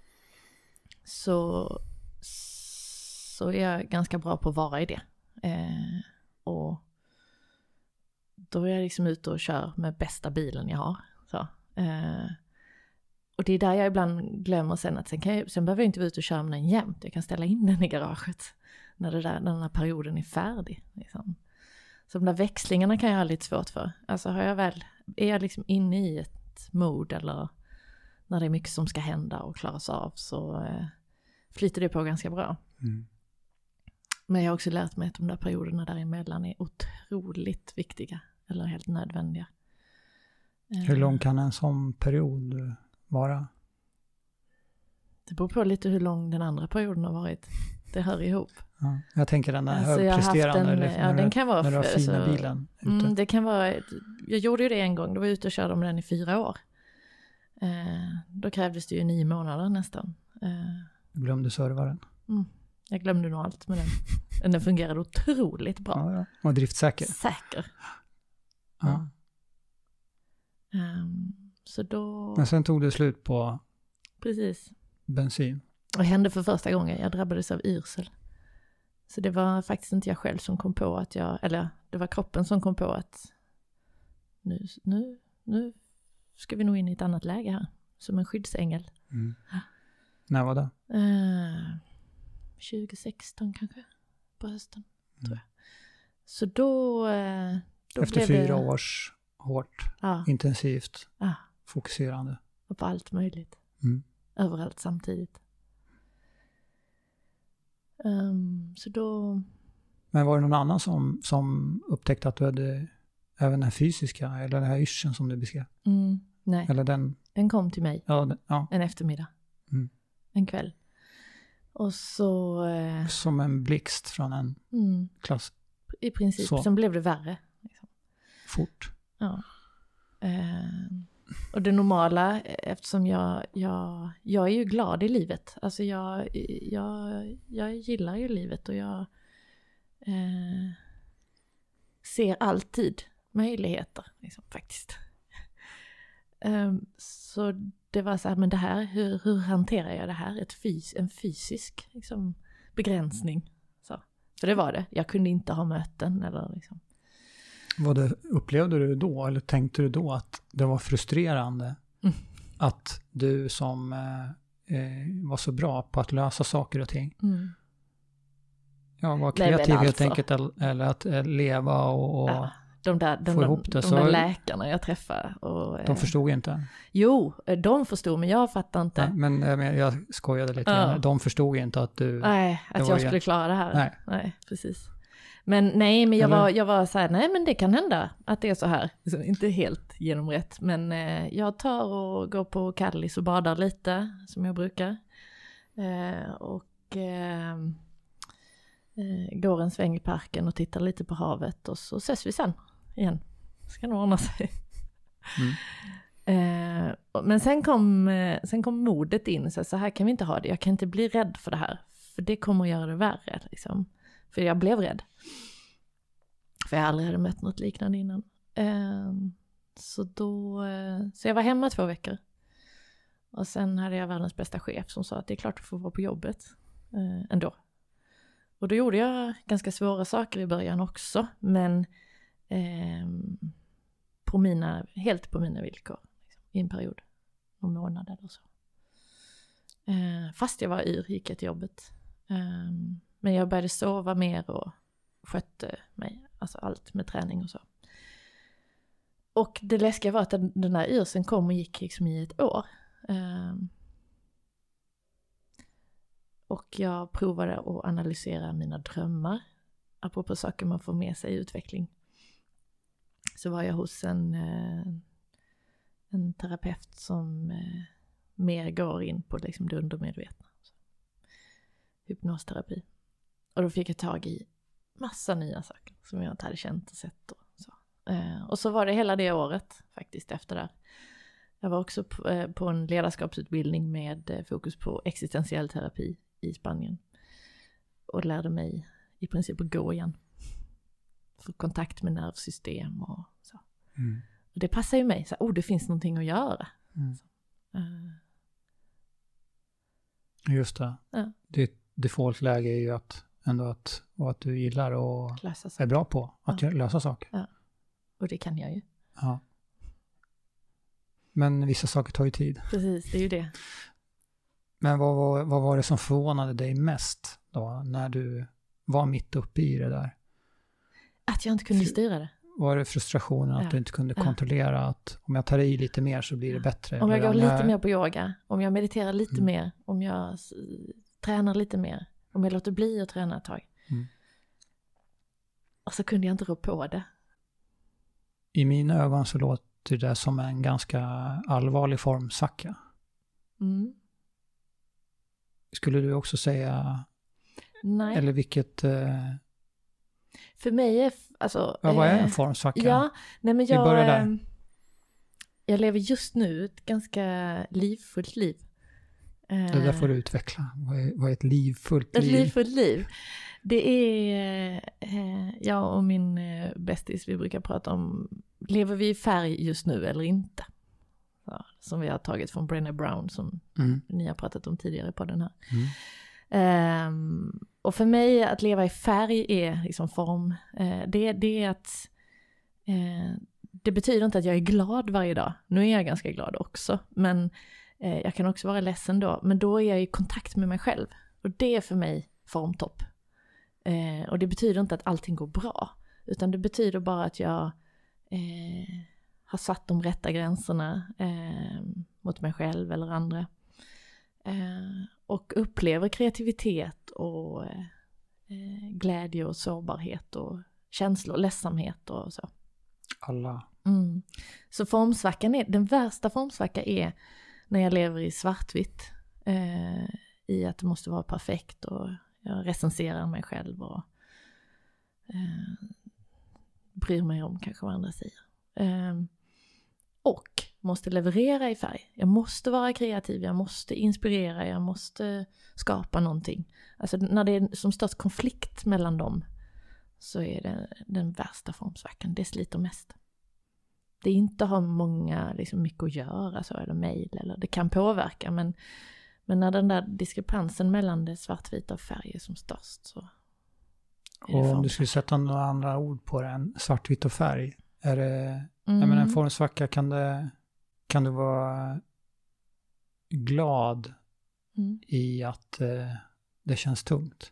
så är jag ganska bra på att vara i det. Och då är jag liksom ute och kör med bästa bilen jag har. Så. Och det är där jag ibland glömmer sen att sen behöver jag inte vara ute och köra med den jämt. Jag kan ställa in den i garaget när den här perioden är färdig. Liksom. Så de där växlingarna kan jag ha lite svårt för. Alltså är jag liksom inne i ett mode, eller när det är mycket som ska hända och klaras av, så flyter det på ganska bra. Men jag har också lärt mig att de där perioderna däremellan är otroligt viktiga, eller helt nödvändiga. Hur lång kan en sån period vara? Det beror på lite hur lång den andra perioden har varit. Det hör ihop. Ja, jag tänker den där högpresterande, den kan vara, när du har fina bilen ute. Det kan vara, jag gjorde ju det en gång, då var jag ute och körde med den i 4 år. Då krävdes det ju 9 månader nästan. Du glömde servaren. Jag glömde nog allt med den. Den fungerade otroligt bra. Ja. Och driftsäker. Säker. Ja. Så då... Men sen tog det slut på precis. Bensin. Och det hände för första gången. Jag drabbades av yrsel. Så det var faktiskt inte jag själv som kom på att det var kroppen som kom på att nu ska vi nog in i ett annat läge här. Som en skyddsängel. När var det? 2016 kanske. På hösten, tror jag. Så då efter 4 års hårt, intensivt, fokuserande. Och på allt möjligt. Överallt samtidigt. Så då... Men var det någon annan som upptäckte att du hade även den här fysiska, eller den här yrseln som du beskrev? Nej, eller den kom till mig en eftermiddag. En kväll. Och så... som en blixt från en klass. I princip, sen blev det värre. Liksom. Fort. Ja. Och det normala, eftersom jag är ju glad i livet. Alltså jag gillar ju livet och jag ser alltid möjligheter liksom, faktiskt. Så det var så här, men det här, hur hanterar jag det här? En fysisk liksom, begränsning. Så. För det var det. Jag kunde inte ha möten eller liksom. Upplevde du då, eller tänkte du då att det var frustrerande att du som var så bra på att lösa saker och ting var kreativ helt enkelt, eller att leva och få ihop det. De där läkarna jag träffade. Och, de förstod inte? Jo, de förstod, men jag fattade inte. Ja, men jag skojade lite grann. De förstod inte att du... Nej, att jag skulle klara det här. Nej, precis. Men jag var så här, nej men det kan hända att det är så här. Så inte helt genomrätt, men jag tar och går på Kallis och badar lite som jag brukar. Går en sväng i parken och tittar lite på havet och så ses vi sen igen. Ska nog ordna sig. Men sen kom modet in, så här kan vi inte ha det. Jag kan inte bli rädd för det här, för det kommer att göra det värre liksom. För jag blev rädd. För jag aldrig hade mött något liknande innan. Så jag var hemma 2 veckor. Och sen hade jag världens bästa chef som sa att det är klart du får vara på jobbet ändå. Och då gjorde jag ganska svåra saker i början också. Men helt på mina villkor. Liksom, i en period. Någon månad eller så. Fast jag var gick jag till jobbet. Men jag började sova mer och skötte mig. Alltså allt med träning och så. Och det läskiga var att den där yrseln kom och gick liksom i ett år. Och jag provade att analysera mina drömmar. Apropå saker man får med sig i utveckling. Så var jag hos en terapeut som mer går in på liksom det undermedvetna. Hypnosterapi. Och då fick jag tag i massa nya saker som jag inte hade känt och sett. Och så var det hela det året faktiskt efter det. Jag var också på en ledarskapsutbildning med fokus på existentiell terapi i Spanien. Och lärde mig i princip att gå igen. Få kontakt med nervsystem och så. Och det passar ju mig. Så, det finns någonting att göra. Just det. Ja. Ditt defaultläge är ju att du gillar och är bra på att lösa saker. Ja. Och det kan jag ju. Ja. Men vissa saker tar ju tid. Precis, det är ju det. Men vad var det som förvånade dig mest då, när du var mitt uppe i det där? Att jag inte kunde styra det. Var det frustrationen att du inte kunde kontrollera att om jag tar i lite mer så blir det bättre? Om jag går lite mer på yoga, om jag mediterar lite mer, om jag tränar lite mer, om jag låter bli att träna ett tag. Och så kunde jag inte rå på det. I mina ögon så låter det som en ganska allvarlig formsvacka. Skulle du också säga... Nej. Eller vilket... För mig är... Alltså, vad är en formsvacka? Ja, nej men Vi börjar där. Jag lever just nu ett ganska livfullt liv. Det där får du utveckla. Vad är ett livfullt liv? Ett livfullt liv. Det är... jag och min bästis, vi brukar prata om... Lever vi i färg just nu eller inte? Ja, som vi har tagit från Brené Brown som ni har pratat om tidigare på den här. Och för mig att leva i färg är liksom form. Det är att det betyder inte att jag är glad varje dag. Nu är jag ganska glad också, men jag kan också vara ledsen då. Men då är jag i kontakt med mig själv. Och det är för mig formtopp. Och det betyder inte att allting går bra. Utan det betyder bara att jag har satt de rätta gränserna mot mig själv eller andra. Och upplever kreativitet och glädje och sårbarhet och känslor, ledsamhet och så. Alla. Så formsvackan den värsta formsvackan är när jag lever i svartvitt. I att det måste vara perfekt och jag recenserar mig själv och bryr mig om kanske vad andra säger. Och måste leverera i färg. Jag måste vara kreativ, jag måste inspirera, jag måste skapa någonting. Alltså när det är som störst konflikt mellan dem så är det den värsta formsvackan. Det sliter mest. Det är inte att ha många, liksom mycket att göra så, eller mejl, eller det kan påverka, men när den där diskrepansen mellan det svartvita och färg är som störst så är det. Och om du skulle sätta några andra ord på den, svartvitt och färg, är det, jag menar, en formsvacka, kan du vara glad i att det känns tungt?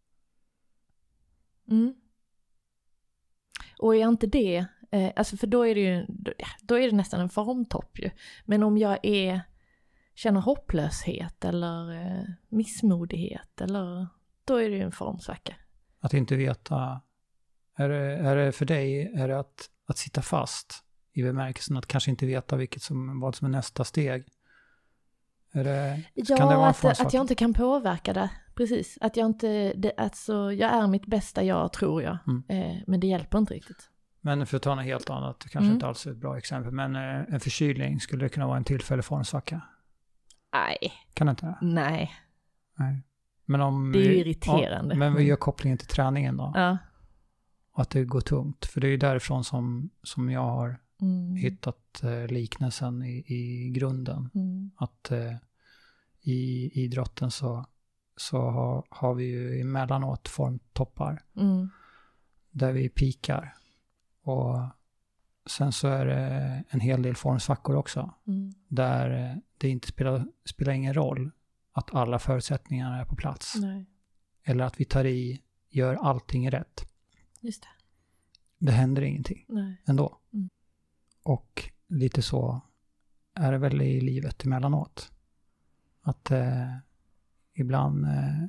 Och är inte det, alltså för då är det ju, då är det nästan en formtopp ju. Men om jag känner hopplöshet eller missmodighet, eller då är det ju en formsvacka. Att inte veta, är det för dig, är det att sitta fast i bemärkelsen att kanske inte veta vad som är nästa steg? Kan det vara att jag inte kan påverka det. Precis, att jag inte, jag är mitt bästa jag, tror jag. Men det hjälper inte riktigt. Men för att ta något helt annat, det kanske inte alls är ett bra exempel, men en förkylning, skulle det kunna vara en tillfällig formsvacka? Nej. Kan det inte det? Nej. Men det är ju irriterande. Men vi gör kopplingen till träningen då. Ja. Och att det går tungt. För det är ju därifrån som jag har hittat liknelsen i grunden. Att i idrotten så har vi ju emellanåt formtoppar. Där vi pikar. Och sen så är det en hel del formsvackor också. Där det inte spelar ingen roll att alla förutsättningar är på plats. Nej. Eller att vi gör allting rätt. Just det. Det händer ingenting. Nej. Ändå. Och lite så är det väl i livet emellanåt. Att ibland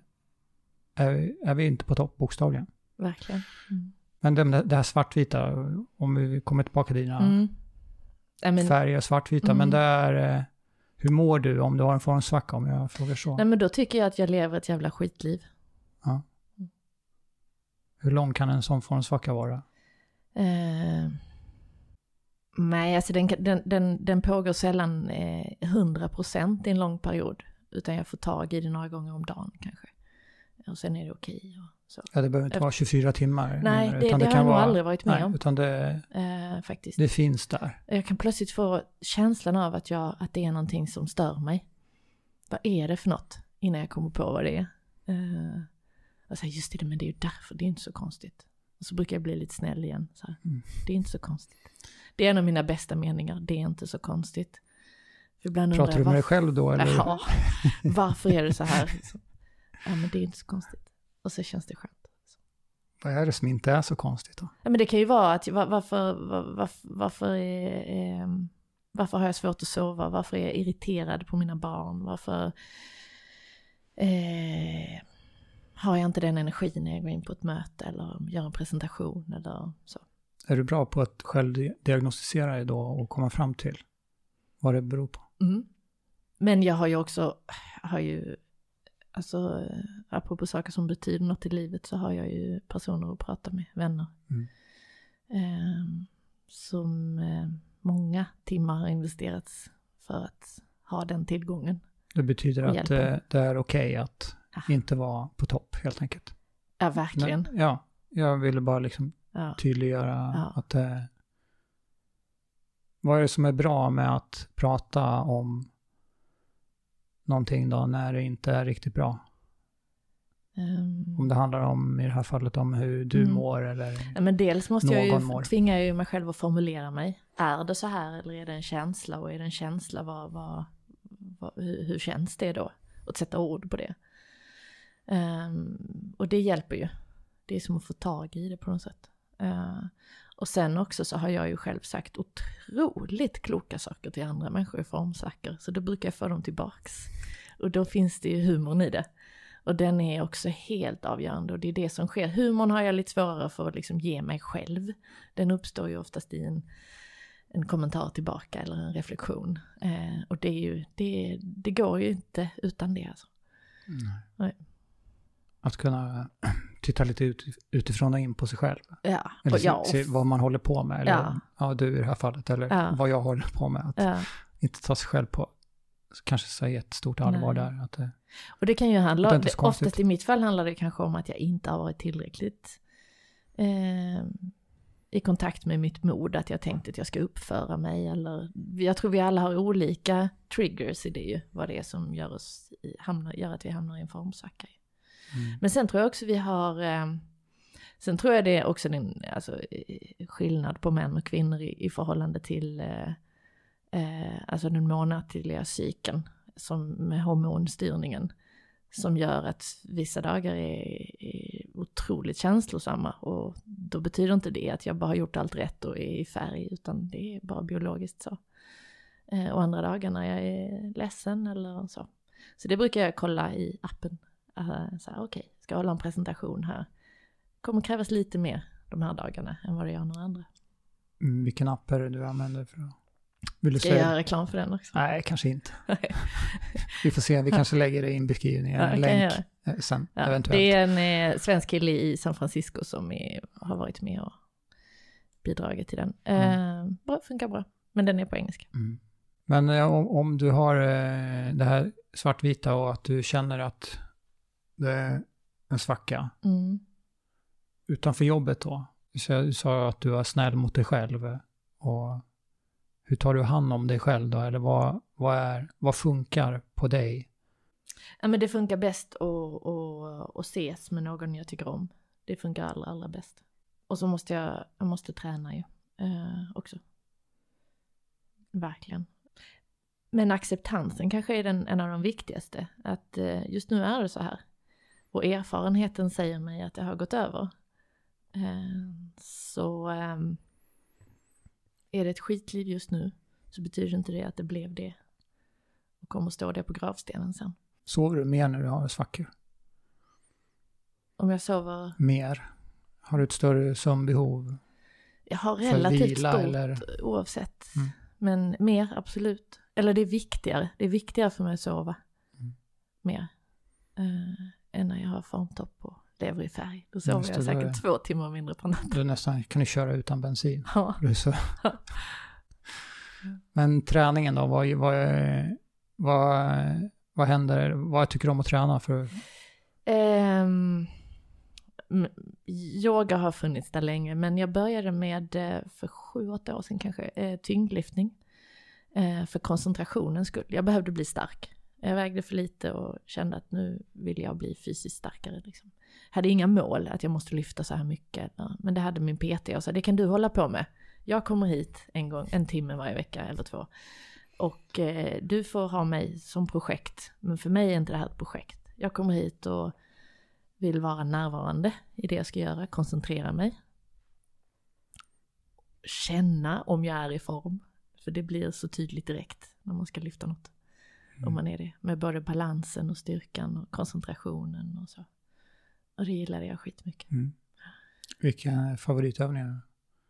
är vi inte på topp bokstavligen. Verkligen. Men det här svartvita, om vi kommer tillbaka till dina färger svartvita, men det är, hur mår du om du har en formsvacka, om jag frågar så? Nej, men då tycker jag att jag lever ett jävla skitliv. Ja. Hur lång kan en sån formsvacka vara? Nej, alltså den pågår sällan 100% i en lång period. Utan jag får tag i det några gånger om dagen kanske. Och sen är det okej. Så. Ja, det behöver inte vara 24 timmar. Nej, det har jag nog aldrig varit med om. Utan faktiskt. Det finns där. Jag kan plötsligt få känslan av att det är någonting som stör mig. Vad är det för något? Innan jag kommer på vad det är. Och så just det, men det är ju därför. Det är inte så konstigt. Och så brukar jag bli lite snäll igen. Så här. Det är inte så konstigt. Det är en av mina bästa meningar. Det är inte så konstigt. För ibland pratar du med dig själv då? Eller? Ja, varför är det så här? Ja, men det är inte så konstigt. Och så känns det skönt. Vad är det som inte är så konstigt då? Ja, men det kan ju vara att varför har jag svårt att sova? Varför är jag irriterad på mina barn? Varför har jag inte den energin när jag går in på ett möte eller gör en presentation eller så? Är du bra på att själv diagnostisera det då och komma fram till vad det beror på? Men jag har ju också, alltså apropå saker som betyder något i livet, så har jag ju personer att prata med, vänner. Som många timmar har investerats för att ha den tillgången. Det betyder att det är okej att inte vara på topp helt enkelt. Ja, verkligen. Men, jag ville bara liksom tydliggöra att vad är det som är bra med att prata om någonting då när det inte är riktigt bra? Om det handlar om, i det här fallet, om hur du mår eller men dels måste jag ju tvinga ju mig själv att formulera mig. Är det så här eller är det en känsla? Och är det en känsla, hur känns det då? Att sätta ord på det. Och det hjälper ju. Det är som att få tag i det på något sätt. Och sen också så har jag ju själv sagt otroligt kloka saker till andra människor i formsvackor. Så då brukar jag få dem tillbaks. Och då finns det ju humorn i det. Och den är också helt avgörande och det är det som sker. Humorn har jag lite svårare för att liksom ge mig själv. Den uppstår ju oftast i en kommentar tillbaka eller en reflektion. Och det är ju, det går ju inte utan det alltså. Nej. Att kunna titta lite utifrån och in på sig själv. Ja. Eller se vad man håller på med. Eller du i det här fallet. Eller vad jag håller på med. Att inte ta sig själv på kanske säga ett stort allvar där. Att och det kan ju handla, oftast i mitt fall handlar det kanske om att jag inte har varit tillräckligt i kontakt med mitt mod, att jag tänkte att jag ska uppföra mig, eller jag tror vi alla har olika triggers i det ju, vad det är som gör att vi hamnar i en formsvacka. Men sen tror jag också vi har sen tror jag det är också skillnad på män och kvinnor i förhållande till alltså den månatliga cykeln som med hormonstyrningen som gör att vissa dagar är otroligt känslosamma, och då betyder inte det att jag bara har gjort allt rätt och är i färg, utan det är bara biologiskt så. Och andra dagar när jag är ledsen eller så. Så det brukar jag kolla i appen. Okej, ska jag hålla en presentation här? Kommer krävas lite mer de här dagarna än vad det gör några andra. Vilken app är det du använder för att... Ska jag göra reklam för den också? Nej, kanske inte. Vi får se, vi kanske lägger det i en beskrivning, en länk sen eventuellt. Det är en svensk kille i San Francisco som har varit med och bidragit till den. Funkar bra, men den är på engelska. Men om du har det här svartvita och att du känner att det är en svacka utanför jobbet då. Du sa att du är snäll mot dig själv, och hur tar du hand om dig själv då? Eller vad funkar på dig? Ja, men det funkar bäst att ses med någon jag tycker om. Det funkar allra bäst. Och så måste jag måste träna ju också. Verkligen. Men acceptansen kanske är en av de viktigaste. Att just nu är det så här. Och erfarenheten säger mig att det har gått över. Är det ett skitliv just nu, så betyder inte det att det blev det. Och kommer stå det på gravstenen sen. Sover du mer när du har svackor? Om jag sover... Mer? Har du ett större sömnbehov? Jag har relativt stort oavsett. Men mer, absolut. Eller det är viktigare. Det är viktigare för mig att sova. Mer. Än när jag har formtopp och lever i färg. Då sover jag säkert 2 timmar mindre på natten. Kan du köra utan bensin? Ja. Men träningen då? Vad händer? Vad tycker du om att träna för? Yoga har funnits där länge, men jag började med för 7-8 år sedan kanske tyngdlyftning. För koncentrationens skull. Jag behövde bli stark. Jag vägde för lite och kände att nu vill jag bli fysiskt starkare. Liksom. Jag hade inga mål att jag måste lyfta så här mycket. Men det hade min PT och sa, det kan du hålla på med. Jag kommer hit en timme varje vecka eller 2. Och du får ha mig som projekt. Men för mig är inte det här ett projekt. Jag kommer hit och vill vara närvarande i det jag ska göra. Koncentrera mig. Känna om jag är i form. För det blir så tydligt direkt när man ska lyfta något. Om man är det. Med både balansen och styrkan och koncentrationen och så. Och det gillade jag skitmycket. Vilka favoritövningar?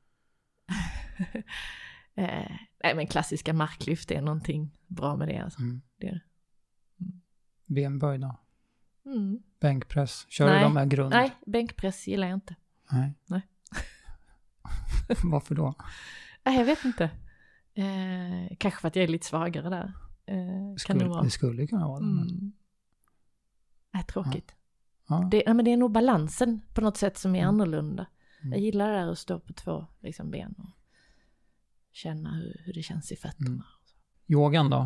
Nej, men klassiska marklyft är någonting bra med det. Alltså. Det är det. Benböj då? Bänkpress? Kör du dem med grund? Nej, bänkpress gillar jag inte. Nej. Varför då? Jag vet inte. Kanske för att jag är lite svagare där. Det skulle kunna vara det. Tråkigt. Ja. Det är nog balansen på något sätt som är annorlunda. Jag gillar det där att stå på 2 liksom, ben och känna hur det känns i fötterna. Yogan då?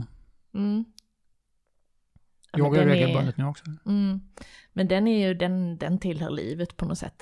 Yoga är regelbundet nu också. Men den är ju den tillhör livet på något sätt.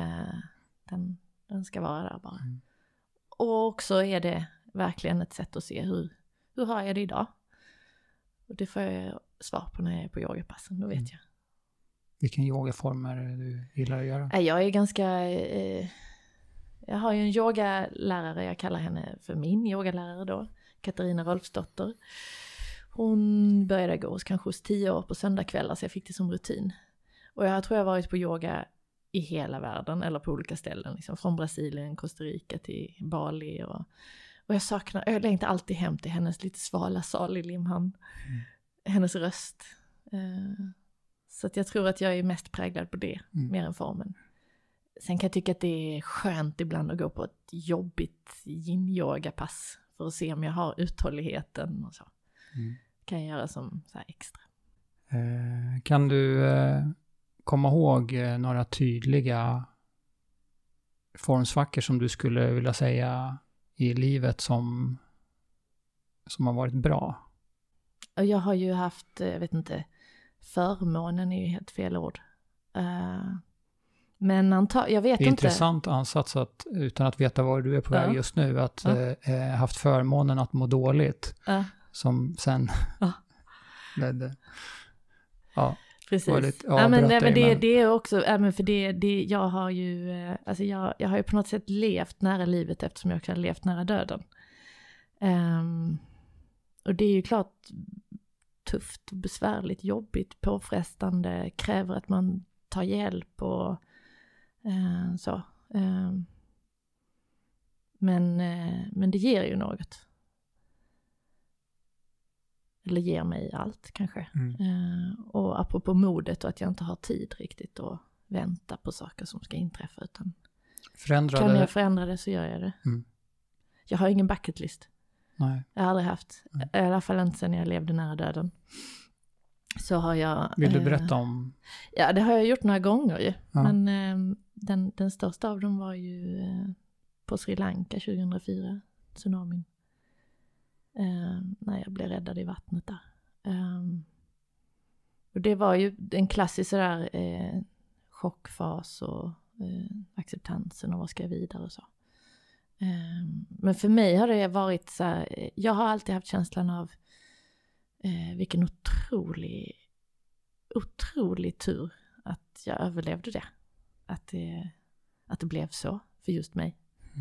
Den ska vara där bara. Och också är det verkligen ett sätt att se hur har jag det idag? Och det får jag svar på när jag är på yogapassen, då vet jag. Vilken yogaform är det du gillar att göra? Jag är ganska Jag har ju en yogalärare, jag kallar henne för min yogalärare då, Katarina Rolfsdotter. Hon började gå kanske hos 10 år på söndagkvällar, så jag fick det som rutin. Och jag tror jag varit på yoga i hela världen, eller på olika ställen, liksom, från Brasilien, Costa Rica till Bali. Och jag längtar alltid hem till hennes lite svala sal i Limhamn. Hennes röst. Så att jag tror att jag är mest präglad på det, mer än formen. Sen kan jag tycka att det är skönt ibland att gå på ett jobbigt yin-yoga-pass för att se om jag har uthålligheten och så. Kan jag göra som så här extra. Kan du komma ihåg några tydliga formsvackor som du skulle vilja säga i livet som har varit bra? Jag har ju haft, jag vet inte, förmånen är ju helt fel ord. Men jag vet inte. Intressant ansats att, utan att veta var du är på väg just nu, att haft förmånen att må dåligt. Som sen ledde. Ja. Precis. Men det är också, för det jag har ju, alltså jag har ju på något sätt levt nära livet eftersom jag också har levt nära döden. Och det är ju klart tufft, besvärligt, jobbigt, påfrestande, kräver att man tar hjälp och så. Men det ger ju något. Eller ger mig allt kanske. Och apropå modet och att jag inte har tid riktigt att vänta på saker som ska inträffa. Utan kan jag förändra det så gör jag det. Jag har ingen bucket list. Nej. Jag har aldrig haft. I alla fall inte sedan jag levde nära döden. Så har jag... Vill du berätta om? Ja, det har jag gjort några gånger ju. Ja. Men den största av dem var ju på Sri Lanka 2004. Tsunamin. När jag blev räddad i vattnet där. Och det var ju en klassisk sådär chockfas och acceptansen och vad ska jag vidare och så. Men för mig har det varit så här, jag har alltid haft känslan av vilken otrolig tur att jag överlevde det. Att det blev så för just mig.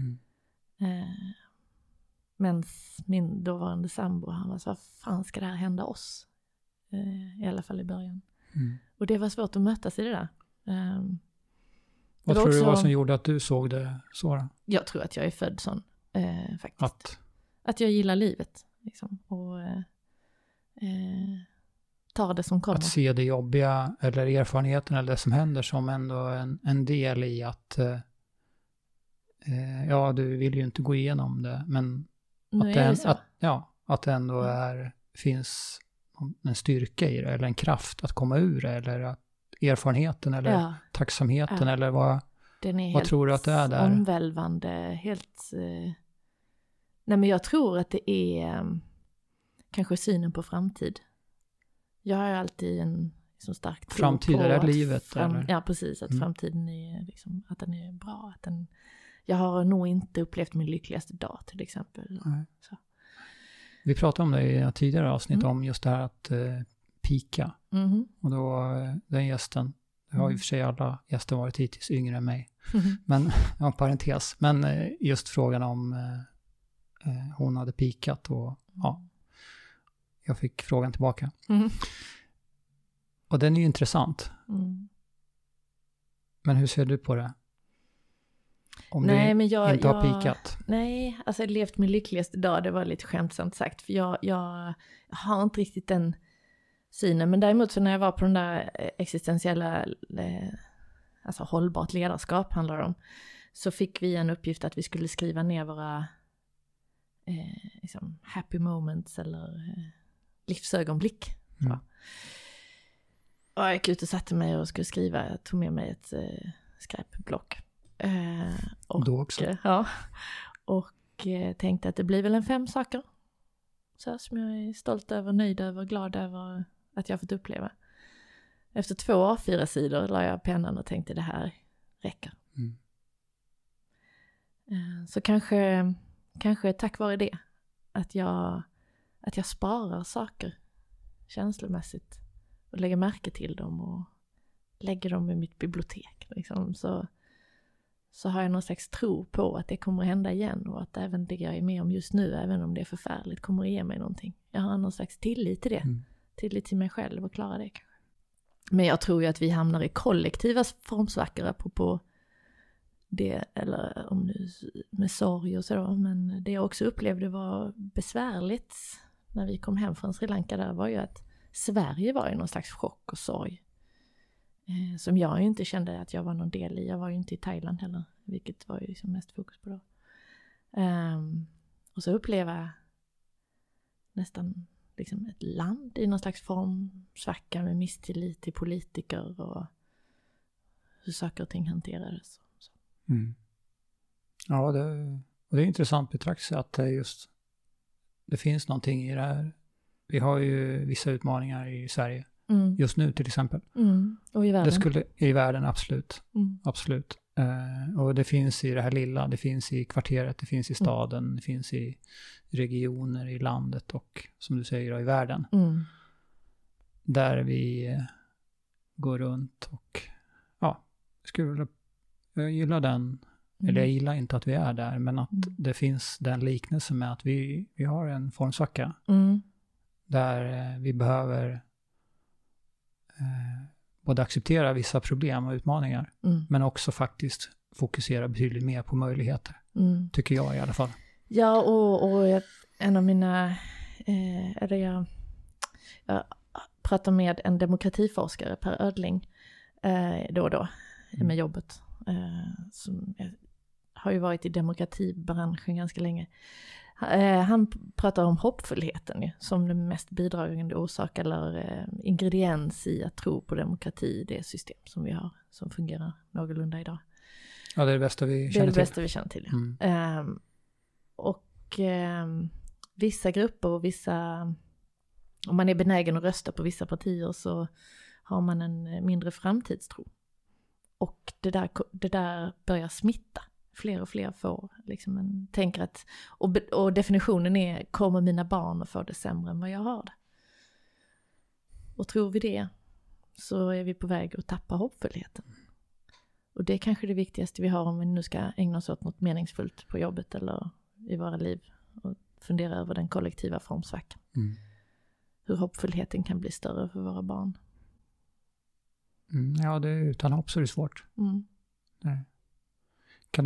Men min dåvarande sambo, han var så, vad fan ska det här hända oss? I alla fall i början. Och det var svårt att mötas i det där. Vad tror du var som gjorde att du såg det så då? Jag tror att jag är född sån, faktiskt. Att jag gillar livet. Liksom, och tar det som kommer. Att se det jobbiga eller erfarenheten eller det som händer som ändå en del i att ja, du vill ju inte gå igenom det, men att det ändå finns en styrka i det eller en kraft att komma ur det eller att erfarenheten eller tacksamheten eller vad tror du att det är där? Omvälvande, helt nej, men jag tror att det är kanske synen på framtid. Jag har alltid en så stark tro framtid på är livet eller? Ja, precis, att framtiden är liksom, att den är bra, att jag har nog inte upplevt min lyckligaste dag till exempel. Så. Vi pratade om det i tidigare avsnitt om just det här att pika. Och då den gästen, det har ju för sig alla gäster varit hittills yngre än mig. Men, ja, parentes. Men just frågan om hon hade pikat och jag fick frågan tillbaka. Och den är ju intressant. Men hur ser du på det? Om du inte har pikat. Nej, alltså jag levt min lyckligaste dag, det var lite skämtsamt sagt. För jag har inte riktigt den synen. Men däremot så när jag var på den där existentiella, alltså hållbart ledarskap handlar det om. Så fick vi en uppgift att vi skulle skriva ner våra liksom happy moments eller livsögonblick. Och jag gick ut och satte mig och skulle skriva. Jag tog med mig ett skräpblock. Och, då också? Och tänkte att det blir väl 5 saker. Så som jag är stolt över, nöjd över, glad över att jag fått uppleva. Efter 2 A4-sidor la jag pennan och tänkte det här räcker. Så kanske tack vare det att jag sparar saker känslomässigt och lägger märke till dem och lägger dem i mitt bibliotek liksom, så så har jag någon slags tro på att det kommer att hända igen och att även det jag är med om just nu, även om det är förfärligt, kommer att ge mig någonting. Jag har någon slags tillit till det. Tillit till mig själv och klara det kanske. Men jag tror ju att vi hamnar i kollektiva formsvackor apropå det, eller om nu med sorg och så. Men det jag också upplevde var besvärligt när vi kom hem från Sri Lanka där var ju att Sverige var i någon slags chock och sorg. Som jag ju inte kände att jag var någon del i. Jag var ju inte i Thailand heller, vilket var ju liksom mest fokus på då. Och så uppleva nästan liksom ett land i någon slags formsvacka med misstillit till politiker och hur saker och ting hanterades. Ja, det är intressant betraktelse att det finns någonting i det här. Vi har ju vissa utmaningar i Sverige. Just nu till exempel. Och i världen. I världen, absolut. Absolut. Och det finns i det här lilla, det finns i kvarteret, det finns i staden, det finns i regioner, i landet och som du säger då, i världen. Där vi går runt och jag gillar den, eller jag gillar inte att vi är där, men att det finns den liknelsen med att vi har en formsvacka där vi behöver både acceptera vissa problem och utmaningar, men också faktiskt fokusera betydligt mer på möjligheter. Tycker jag i alla fall. Ja, och en av mina, jag pratar med en demokratiforskare, Per Ödling, då och då med jobbet. Som har ju varit i demokratibranschen ganska länge. Han pratar om hoppfullheten som den mest bidragande orsak eller ingrediens i att tro på demokrati, det system som vi har, som fungerar någorlunda idag. Ja, det är det bästa vi känner till. Det är det bästa vi känner till, ja. Och vissa grupper och om man är benägen att rösta på vissa partier så har man en mindre framtidstro. Och det där börjar smitta. Fler och fler får liksom tänker att, och definitionen är, kommer mina barn att få det sämre än vad jag har det? Och tror vi det, så är vi på väg att tappa hoppfullheten. Och det är kanske det viktigaste vi har om vi nu ska ägna oss åt något meningsfullt på jobbet eller i våra liv och fundera över den kollektiva formsvackan. Hur hoppfullheten kan bli större för våra barn. Ja, det är utan hopp så är det svårt. Nej. Kan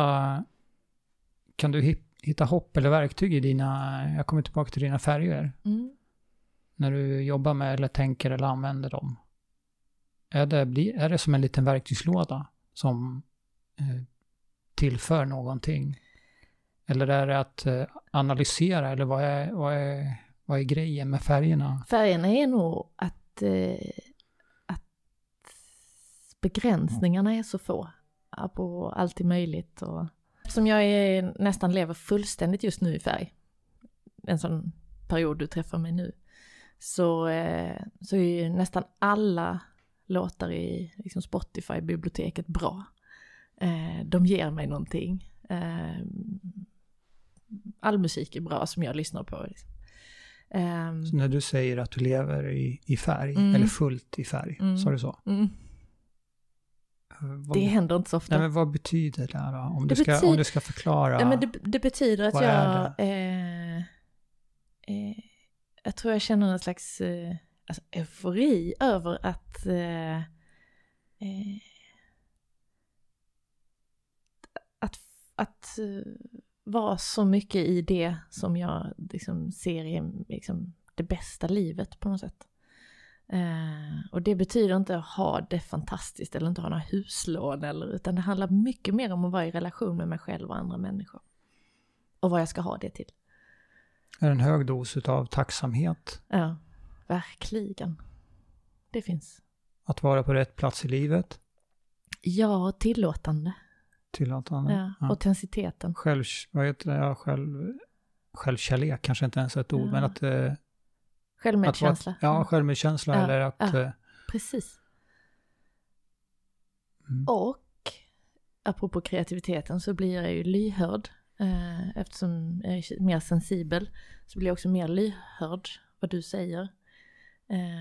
du hitta hopp eller verktyg i jag kommer tillbaka till dina färger. När du jobbar med eller tänker eller använder dem. Är det som en liten verktygslåda som tillför någonting? Eller är det att analysera, eller vad är grejen med färgerna? Färgerna är nog att begränsningarna är så få på allt är möjligt. Och som jag nästan lever fullständigt just nu i färg, en sån period du träffar mig nu, så är ju nästan alla låtar i liksom Spotify-biblioteket bra. De ger mig någonting. All musik är bra som jag lyssnar på. Liksom. Så när du säger att du lever i färg, eller fullt i färg, sa du så? Det händer inte så ofta. Nej, men vad betyder det då? Om du ska förklara. Nej, men det betyder att jag tror jag känner en slags eufori över att vara så mycket i det som jag liksom ser i liksom det bästa livet på något sätt. Och det betyder inte att ha det fantastiskt eller inte ha några huslån utan det handlar mycket mer om att vara i relation med mig själv och andra människor. Och vad jag ska ha det till. Är det en hög dos av tacksamhet? Ja, verkligen. Det finns. Att vara på rätt plats i livet? Ja, tillåtande. Tillåtande? Ja. Autenticiteten. Självkärlek kanske inte ens är ett ord, men att... Självmedkänsla. Självmedkänsla eller att... precis. Och apropå kreativiteten så blir jag ju lyhörd. Eftersom jag är mer sensibel så blir jag också mer lyhörd vad du säger.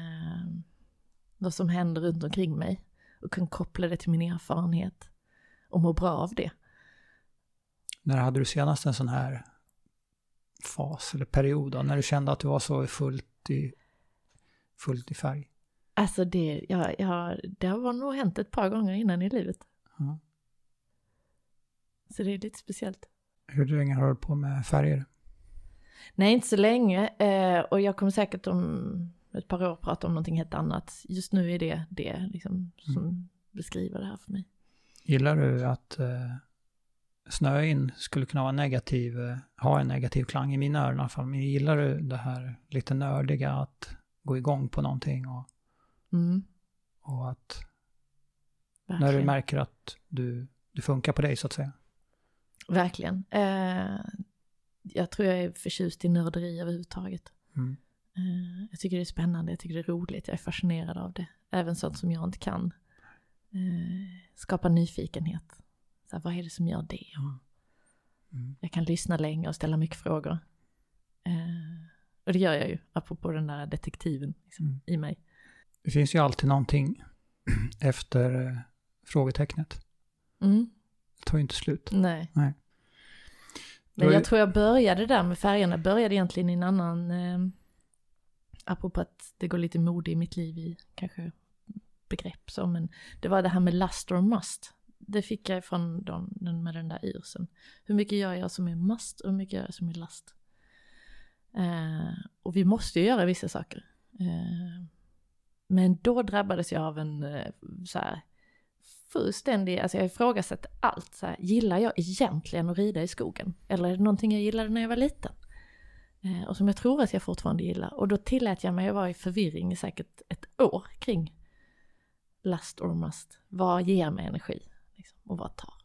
Vad som händer runt omkring mig. Och kan koppla det till min erfarenhet. och mår bra av det. När hade du senast en sån här fas eller period då, när du kände att du var så fullt i färg? Alltså det har nog hänt ett par gånger innan i livet. Mm. Så det är lite speciellt. Hur länge har du på med färger? Nej, inte så länge. Och jag kommer säkert om ett par år prata om någonting helt annat. Just nu är det liksom som beskriver det här för mig. Gillar du att snöa in skulle kunna vara ha en negativ klang i mina öron i alla fall? Men gillar du det här lite nördiga, att gå igång på någonting och att verkligen. När du märker att du funkar på dig så att säga? Verkligen. Jag tror jag är förtjust i nörderi överhuvudtaget. Jag tycker det är spännande, jag tycker det är roligt, jag är fascinerad av det. Även sånt som jag inte kan. Skapa nyfikenhet. Så här, vad är det som gör det? Jag kan lyssna länge och ställa mycket frågor. Och det gör jag ju, apropå den där detektiven liksom, i mig. Det finns ju alltid någonting efter frågetecknet. Det tar ju inte slut. Nej. Men jag tror jag började där med färgerna. Började egentligen i en annan... apropå att det går lite mode i mitt liv i kanske begrepp. Så, men det var det här med lust or must. Det fick jag från med den där yrsen. Hur mycket gör jag som är must och hur mycket gör jag som är lust? Och vi måste ju göra vissa saker. Men då drabbades jag av en så här fullständig, alltså jag ifrågasätter allt. Så här, gillar jag egentligen att rida i skogen? Eller är det någonting jag gillade när jag var liten? Och som jag tror att jag fortfarande gillar. Och då tillät jag mig att vara i förvirring i säkert ett år kring lust or must. Vad ger mig energi? Liksom, och vad tar?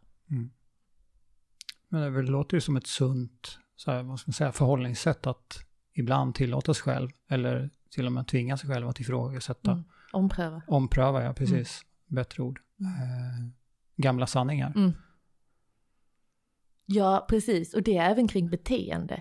Men det låter ju som ett sunt så här, vad ska man säga, förhållningssätt att ibland tillåta sig själv eller till och med tvinga sig själv att ifrågasätta. Ompröva, ja precis. Bättre ord. Gamla sanningar. Ja, precis. Och det är även kring beteende.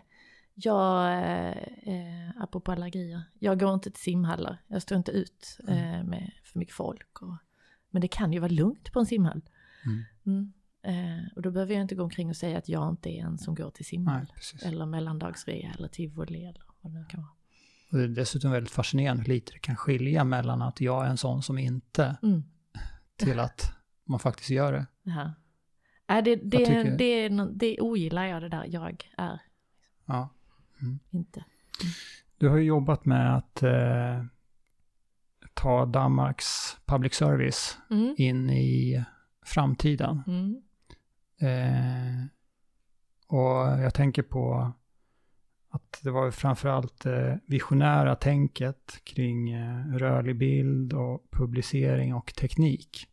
Apropå allergier. Jag går inte till simhallar. Jag står inte ut med för mycket folk. Men det kan ju vara lugnt på en simhall. Och då behöver jag inte gå omkring och säga att jag inte är en som går till simhall. Nej, eller mellandagsrea eller tivoli eller vad det nu kan vara. Och det är dessutom väldigt fascinerande hur lite det kan skilja mellan att jag är en sån som inte till att man faktiskt gör det. Ja. Det ogillar jag det där jag är. Ja. Inte. Du har ju jobbat med att ta Danmarks public service in i framtiden. Och jag tänker på att det var framförallt visionära tänket kring rörlig bild och publicering och teknik.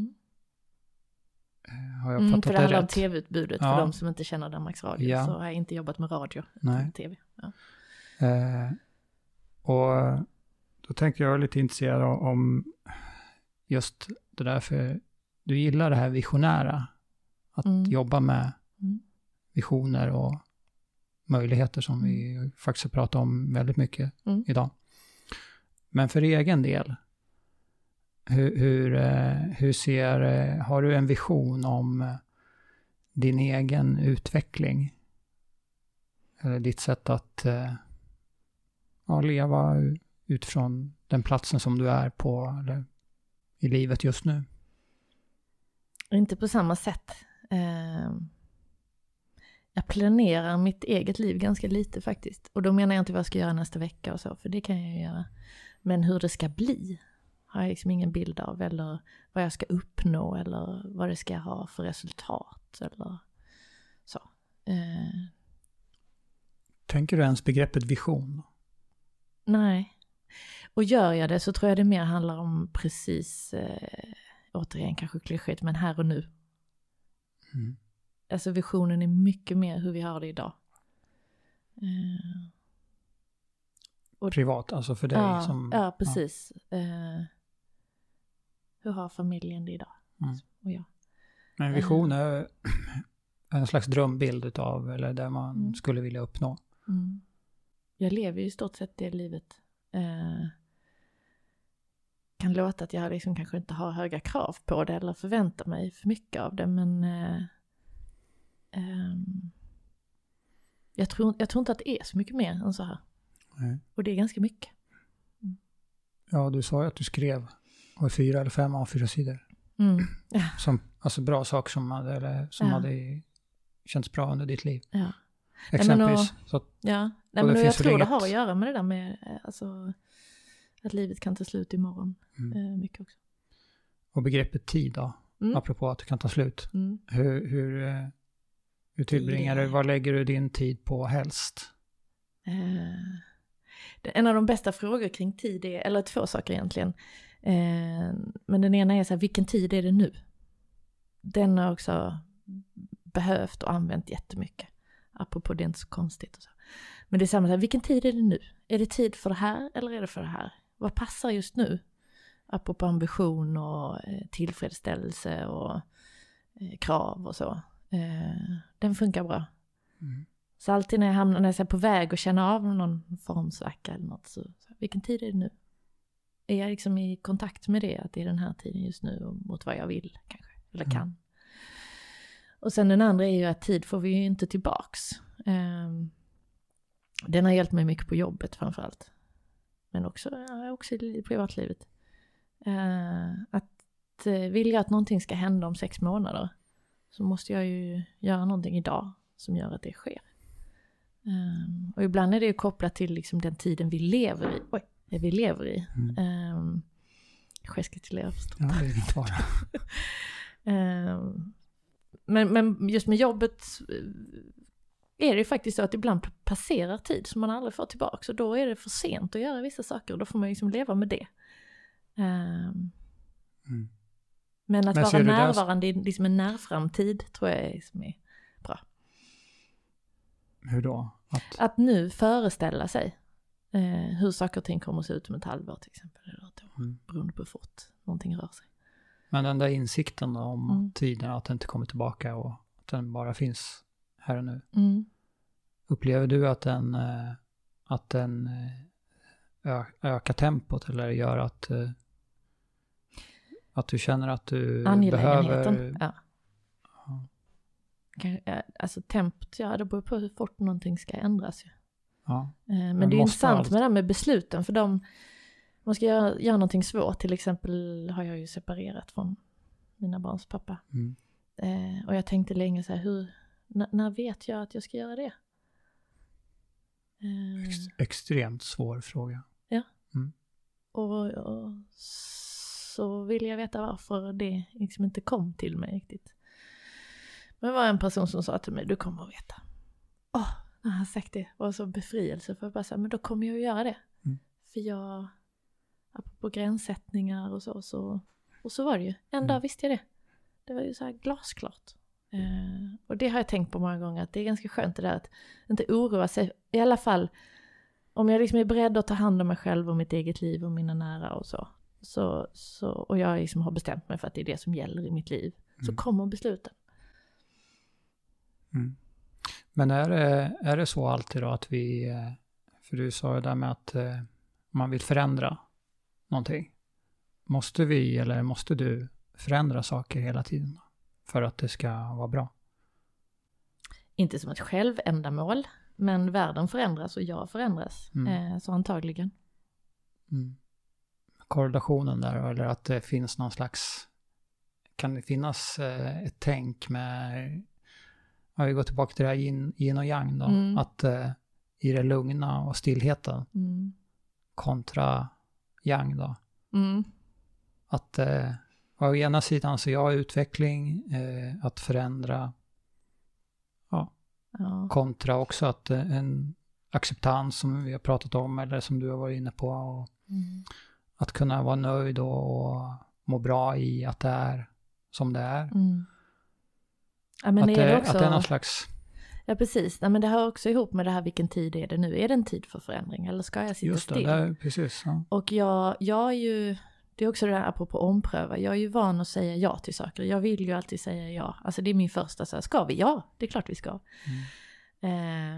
Har jag fattat för det det handlar om rätt? tv-utbudet för de som inte känner Danmarks Radio. Så har jag inte jobbat med radio utan tv. Ja. Och då tänker jag lite intresserad om just det där, för du gillar det här visionära. Att jobba med visioner och möjligheter som vi faktiskt har pratat om väldigt mycket idag. Men för egen del, har du en vision om din egen utveckling? Eller ditt sätt att leva utifrån den platsen som du är på eller i livet just nu? Inte på samma sätt. Jag planerar mitt eget liv ganska lite faktiskt. Och då menar jag inte vad jag ska göra nästa vecka och så, för det kan jag ju göra. Men hur det ska bli har jag liksom ingen bild av. Eller vad jag ska uppnå eller vad det ska ha för resultat eller så. Tänker du ens begreppet vision? Nej. Och gör jag det så tror jag det mer handlar om precis, återigen kanske klyschigt, men här och nu. Alltså visionen är mycket mer hur vi har det idag. Privat, alltså för dig som... Ja, precis. Hur har familjen det idag? Och jag. Men vision är en slags drömbild utav, eller där man skulle vilja uppnå. Jag lever ju i stort sett det livet. kan låta att jag liksom kanske inte har höga krav på det eller förväntar mig för mycket av det, men jag tror inte att det är så mycket mer än så här. Nej. Och det är ganska mycket. Ja, du sa ju att du skrev 4 eller 5 A4-sidor. Ja. Alltså bra saker som hade känts bra under ditt liv. Ja. Exempelvis. Jag tror det har att göra med det där med alltså, att livet kan ta slut imorgon. Mycket också. Och begreppet tid då? Apropå att det kan ta slut. Hur tillbringar du, vad lägger du din tid på helst? En av de bästa frågor kring tid är, eller 2 saker egentligen. Men den ena är så här, vilken tid är det nu? Den har också behövt och använt jättemycket. Apropå det är inte så konstigt och så. Men det är samma så här, vilken tid är det nu? Är det tid för det här eller är det för det här? Vad passar just nu? Apropå ambition och tillfredsställelse och krav och så. Den funkar bra. Så alltid när jag är på väg och känner av någon formsvacka eller något så vilken tid är det nu? Är jag liksom i kontakt med det, att det är den här tiden just nu och mot vad jag vill kanske, eller kan. Och sen den andra är ju att tid får vi ju inte tillbaks. Den har hjälpt mig mycket på jobbet framförallt. Men också i privatlivet. Vill jag att någonting ska hända om 6 månader så måste jag ju göra någonting idag som gör att det sker. Och ibland är det ju kopplat till liksom den tiden vi lever i. Gestikulerar förstås. Ja, det är inte bara. Men just med jobbet är det ju faktiskt så att ibland passerar tid som man aldrig får tillbaka. Och då är det för sent att göra vissa saker och då får man liksom leva med det. Men att vara närvarande i liksom en närframtid tror jag är bra. Hur då? Att nu föreställa sig hur saker och ting kommer att se ut om ett halvår till exempel. Eller beroende på hur fort någonting rör sig. Men den där insikten då, om tiden, att den inte kommer tillbaka och att den bara finns här och nu. Upplever du att den ökar tempot eller gör att du känner att du behöver... Ja. Alltså tempot, det beror på hur fort någonting ska ändras ju. Ja. Men det är intressant med det här med besluten, för man ska göra någonting svårt. Till exempel har jag ju separerat från mina barns pappa. Och jag tänkte länge så här, när vet jag att jag ska göra det? Extremt svår fråga. Ja. Och så vill jag veta varför det liksom inte kom till mig riktigt. Men det var en person som sa till mig, du kommer att veta. När han sagt det var så befrielse, för jag bara säga, men då kommer jag att göra det. För jag, apropå gränssättningar och så var det ju. En dag visste jag det. Det var ju så här glasklart. Och det har jag tänkt på många gånger, att det är ganska skönt det där att inte oroa sig. I alla fall om jag liksom är beredd att ta hand om mig själv och mitt eget liv och mina nära och så och jag liksom har bestämt mig för att det är det som gäller i mitt liv, så kommer besluten. Men är det så alltid då att vi, för du sa ju där med att man vill förändra någonting. Måste vi eller måste du förändra saker hela tiden då, för att det ska vara bra? Inte som ett självändamål, men världen förändras och jag förändras. Så antagligen. Korrelationen där, eller att det finns någon slags, kan det finnas ett tänk med, vi går tillbaka till det här yin och yang då, att i det lugna och stillheten kontra yang då. Att å ena sidan så jag utveckling, att förändra, kontra också att en acceptans som vi har pratat om eller som du har varit inne på, och att kunna vara nöjd och må bra i att det är som det är. Ja, men att det är någon slags... Ja, precis. Nej, men det hör också ihop med det här, vilken tid är det nu? Är det en tid för förändring eller ska jag sitta still? Just det, precis. Ja. Och jag är ju, det är också det här apropå ompröva, jag är ju van att säga ja till saker. Jag vill ju alltid säga ja. Alltså det är min första, så här, ska vi? Ja, det är klart vi ska.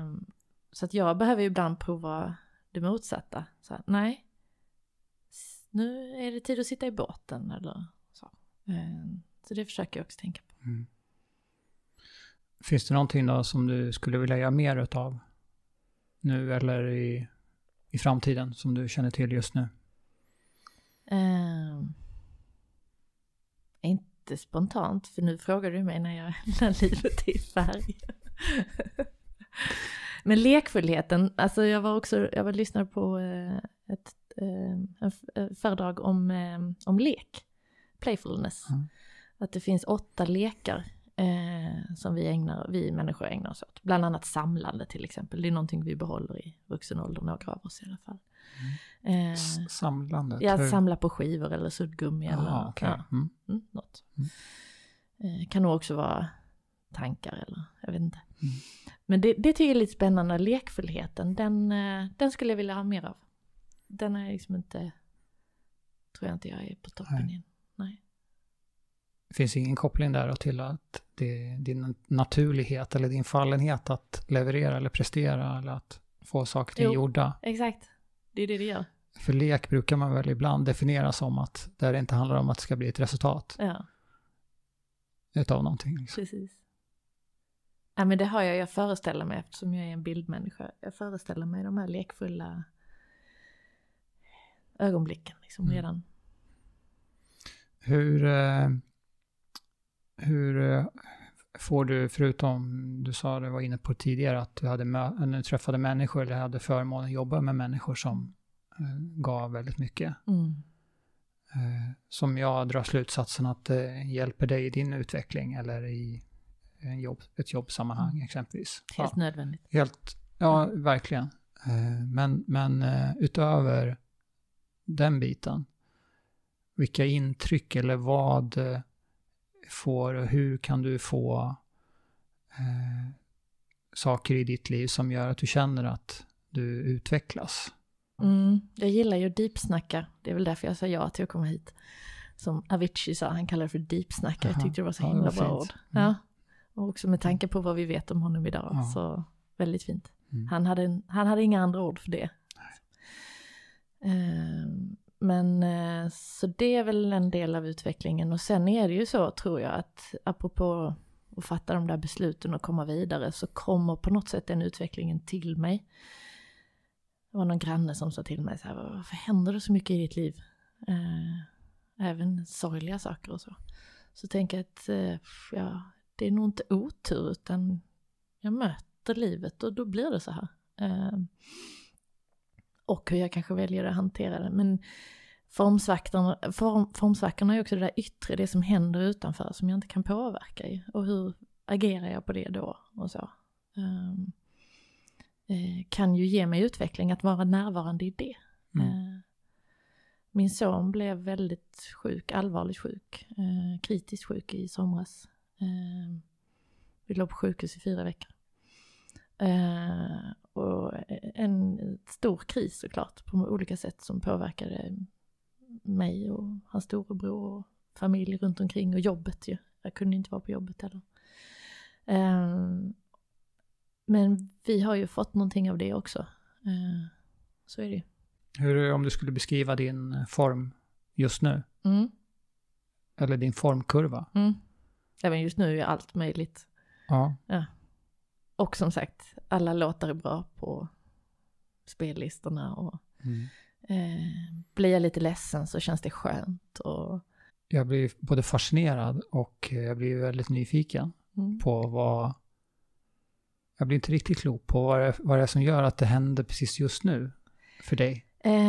Så att jag behöver ju ibland prova det motsatta. Så här, nej, nu är det tid att sitta i båten eller så. Så det försöker jag också tänka på. Mm. Finns det någonting då som du skulle vilja göra mer utav nu eller i framtiden som du känner till just nu? Inte spontant, för nu frågar du mig när livet är i färg. Men lekfullheten, alltså jag lyssnade på ett föredrag om lek, playfulness. Att det finns 8 lekar som vi människor ägnar oss åt. Bland annat samlande till exempel. Det är någonting vi behåller i vuxen ålder, några av oss i alla fall. Samlande? Ja, samla på skivor eller suddgummi eller okay. Något. Kan nog också vara tankar eller jag vet inte. Men det tycker jag är lite spännande. Lekfullheten, den skulle jag vilja ha mer av. Den är liksom inte, tror jag inte jag är på toppen igen. Nej. Det finns ingen koppling där till att din naturlighet eller din fallenhet att leverera eller prestera eller att få saker gjorda. Exakt, det är det gör. För lek brukar man väl ibland definiera som att där det inte handlar om att det ska bli ett resultat. Ja. Utav någonting. Liksom. Precis. Ja, men det har jag föreställer mig eftersom jag är en bildmänniska. Jag föreställer mig de här lekfulla ögonblicken liksom redan. Hur får du, förutom du sa det var inne på tidigare att du träffade människor eller hade förmånen att jobba med människor som gav väldigt mycket. Som jag drar slutsatsen att det hjälper dig i din utveckling eller i ett jobbsammanhang exempelvis. Helt nödvändigt. Ja, verkligen. Men utöver den biten, vilka intryck eller vad får och hur kan du få saker i ditt liv som gör att du känner att du utvecklas? Jag gillar ju deepsnacka. Det är väl därför jag sa ja till att komma hit. Som Avicii sa, han kallar det för deepsnacka. Jag tyckte det var så himla bra ord. Ja. Och också med tanke på vad vi vet om honom idag. Så väldigt fint. Han hade inga andra ord för det. Men så det är väl en del av utvecklingen. Och sen är det ju så, tror jag, att apropå att fatta de där besluten och komma vidare, så kommer på något sätt den utvecklingen till mig. Det var någon granne som sa till mig så här: varför händer det så mycket i ditt liv? Även sorgliga saker och så. Så tänker jag att det är nog inte otur, utan jag möter livet och då blir det så här. Och hur jag kanske väljer att hantera det. Men formsvackorna är också det där yttre, det som händer utanför som jag inte kan påverka i. Och hur agerar jag på det då? Och så. Kan ju ge mig utveckling att vara närvarande i det. Min son blev väldigt sjuk, allvarligt sjuk, kritiskt sjuk i somras. Vi låg på sjukhus i 4 veckor. Och en stor kris såklart på olika sätt som påverkade mig och hans storebror och familj runt omkring och jobbet ju. Jag kunde inte vara på jobbet heller. Men vi har ju fått någonting av det också. Så är det ju. Hur, om du skulle beskriva din form just nu? Eller din formkurva? Även just nu är allt möjligt. Ja. Och som sagt, alla låtar är bra på spellistorna. Och blir jag lite ledsen så känns det skönt. Och jag blir både fascinerad och jag blir väldigt nyfiken på vad... Jag blir inte riktigt klok på vad det är som gör att det händer precis just nu för dig.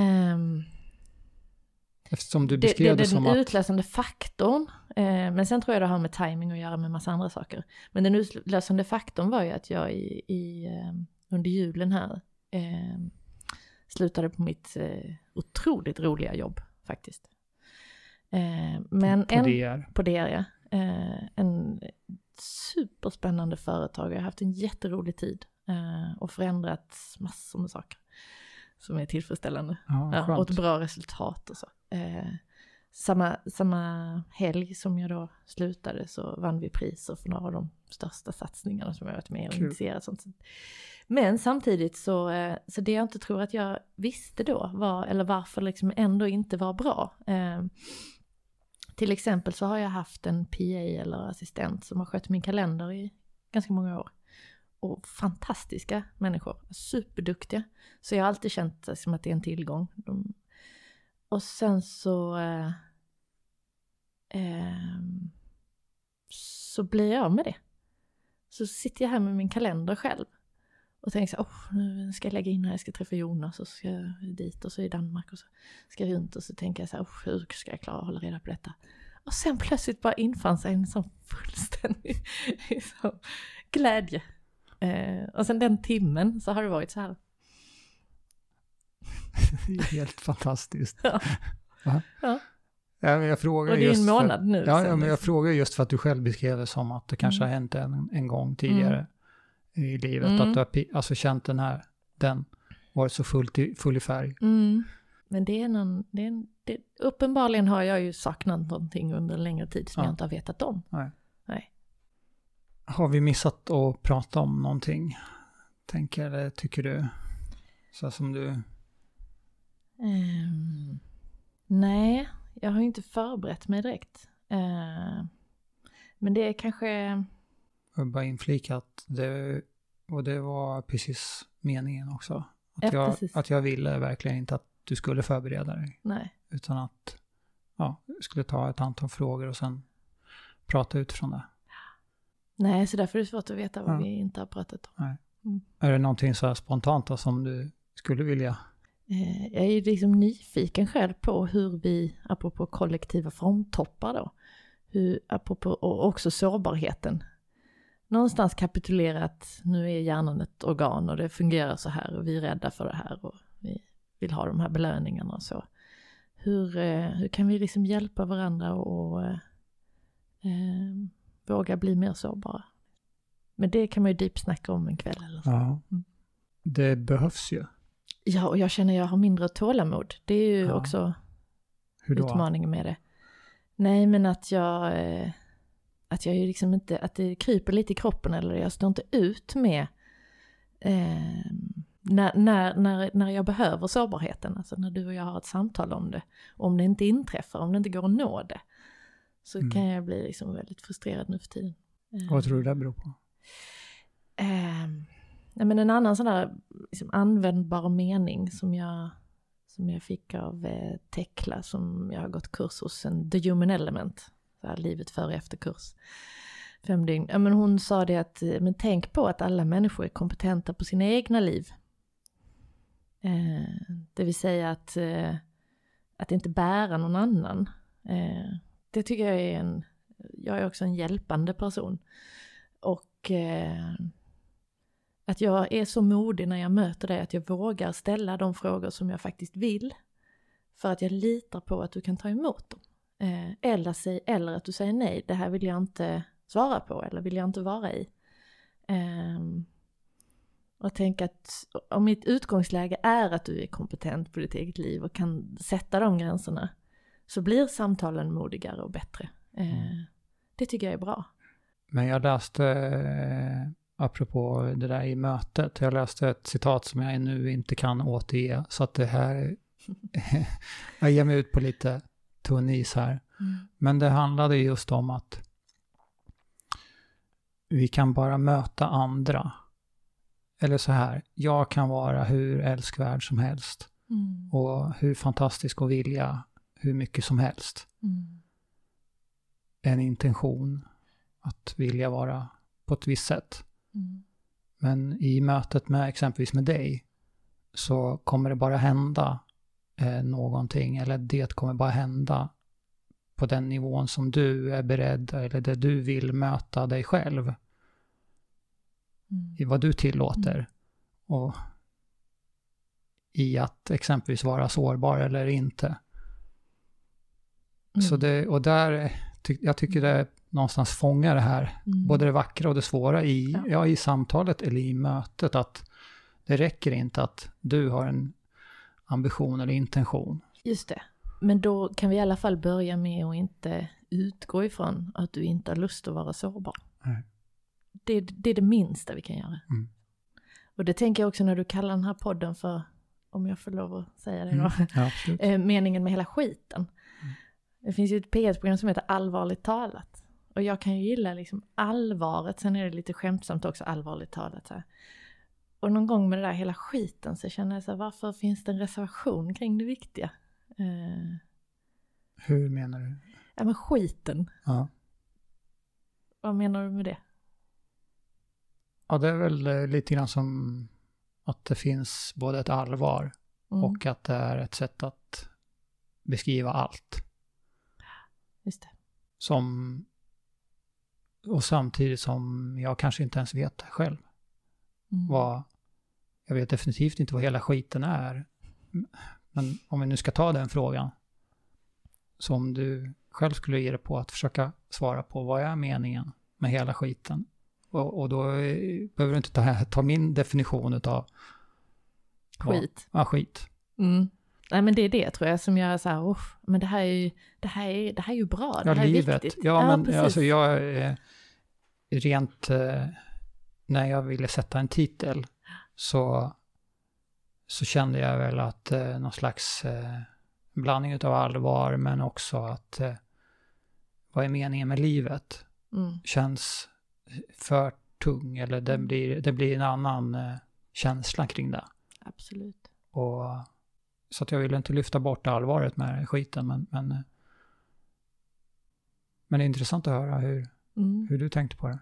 Eftersom du beskrev det som att... Den utlösande faktorn, men sen tror jag det har med timing att göra med massa andra saker. Men den utlösande faktorn var ju att jag under julen här slutade på mitt otroligt roliga jobb faktiskt. Men på DR, ja. En superspännande företag. Jag har haft en jätterolig tid och förändrat massor med saker som är tillfredsställande. Och ett bra resultat och så. samma helg som jag då slutade så vann vi priser för några av de största satsningarna som jag varit med och initierat. Sånt. Men samtidigt så det jag inte tror att jag visste då var, eller varför liksom ändå inte var bra. Till exempel så har jag haft en PA eller assistent som har skött min kalender i ganska många år. Och fantastiska människor, superduktiga. Så jag har alltid känt som att det är en tillgång. Och sen så blir jag med det. Så sitter jag här med min kalender själv. Och tänker så nu ska jag lägga in här, jag ska träffa Jonas och så ska jag dit och så i Danmark och så ska jag runt och så tänker jag så här, hur ska jag klara att hålla reda på detta? Och sen plötsligt bara infann sig en sån fullständig glädje. Och sen den timmen så har det varit så här. Det är helt fantastiskt. Ja. Va? Ja. Ja, jag frågar och det är en månad nu. Ja, men jag frågar just för att du själv beskrev det som att det kanske har hänt en gång tidigare i livet. Att du har alltså känt den varit så full i färg. Men uppenbarligen har jag ju saknat någonting under en längre tid som jag inte har vetat om. Nej. Har vi missat att prata om någonting? Eller tycker du? Så som du... Nej, jag har ju inte förberett mig direkt. Men det är kanske... Jag vill bara inflika att det var precis meningen också. Att jag ville verkligen inte att du skulle förbereda dig. Nej. Utan att jag skulle ta ett antal frågor och sen prata utifrån det. Nej, så därför är det svårt att veta vad vi inte har pratat om. Nej. Är det någonting så här spontant då, som du skulle vilja? Jag är ju liksom nyfiken själv på hur vi, apropå kollektiva formtoppar då, och också sårbarheten. Någonstans kapitulera att nu är hjärnan ett organ och det fungerar så här och vi är rädda för det här och vi vill ha de här belöningarna och så. Hur kan vi liksom hjälpa varandra och våga bli mer sårbara? Men det kan man ju djupsnacka om en kväll eller så. Ja, det behövs ju. Ja, och jag känner att jag har mindre tålamod. Det är ju också utmaningen med det. Nej, men att jag är liksom inte, att det kryper lite i kroppen eller jag står inte ut med när jag behöver sårbarheten. Alltså när du och jag har ett samtal om det. Om det inte inträffar, om det inte går att nå det. Så kan jag bli liksom väldigt frustrerad nu för tiden. Vad tror du det beror på? Nej, men en annan sån där liksom användbar mening som jag fick av Tekla som jag har gått kurs hos, en The Human Element, så här, livet före och efter kurs, 5 dygn. Ja, men hon sa det att men tänk på att alla människor är kompetenta på sina egna liv. Det vill säga att inte bära någon annan. Det tycker jag är också en hjälpande person. Och att jag är så modig när jag möter dig att jag vågar ställa de frågor som jag faktiskt vill. För att jag litar på att du kan ta emot dem. Eller att du säger nej, det här vill jag inte svara på eller vill jag inte vara i. Och tänk att om mitt utgångsläge är att du är kompetent på ditt eget liv och kan sätta de gränserna, så blir samtalen modigare och bättre. Det tycker jag är bra. Men jag läste, apropå det där i mötet, jag läste ett citat som jag nu inte kan återge, så att det här, jag ger mig ut på lite tunn is här. Men det handlade just om att vi kan bara möta andra. Eller så här, jag kan vara hur älskvärd som helst. Och hur fantastisk och vilja hur mycket som helst. En intention att vilja vara på ett visst sätt. Men i mötet med exempelvis med dig så kommer det bara hända någonting, eller det kommer bara hända på den nivån som du är beredd eller där du vill möta dig själv. I vad du tillåter. Och i att exempelvis vara sårbar eller inte. Så det, och där jag tycker det någonstans fångar det här, både det vackra och det svåra i samtalet eller i mötet, att det räcker inte att du har en ambition eller intention. Just det. Men då kan vi i alla fall börja med att inte utgå ifrån att du inte har lust att vara sårbar. Nej. Det är det minsta vi kan göra. Mm. Och det tänker jag också när du kallar den här podden för, om jag får lov att säga det då, Ja, meningen med hela skiten. Mm. Det finns ju ett PS-program som heter Allvarligt talat. Och jag kan ju gilla liksom allvaret, sen är det lite skämtsamt också allvarligt talat. Så här. Och någon gång med det där hela skiten så känner jag så här, varför finns det en reservation kring det viktiga? Hur menar du? Ja, men skiten. Ja. Vad menar du med det? Ja, det är väl lite grann som att det finns både ett allvar och att det är ett sätt att beskriva allt. Just det. Och samtidigt som jag kanske inte ens vet själv. Jag vet definitivt inte vad hela skiten är. Men om vi nu ska ta den frågan, som du själv skulle ge dig på att försöka svara på, vad är meningen med hela skiten? Och då behöver du inte ta min definition av skit. Ja, skit. Mm. Nej, men det är det tror jag som gör så här, men det här är ju bra, det här är livet. viktigt. Ja, men alltså jag rent när jag ville sätta en titel så kände jag väl att någon slags blandning av allvar, men också att vad är meningen med livet känns för tung, eller det blir en annan känsla kring det. Absolut. Och så att jag ville inte lyfta bort allvaret med skiten, men det är intressant att höra hur du tänkte på det.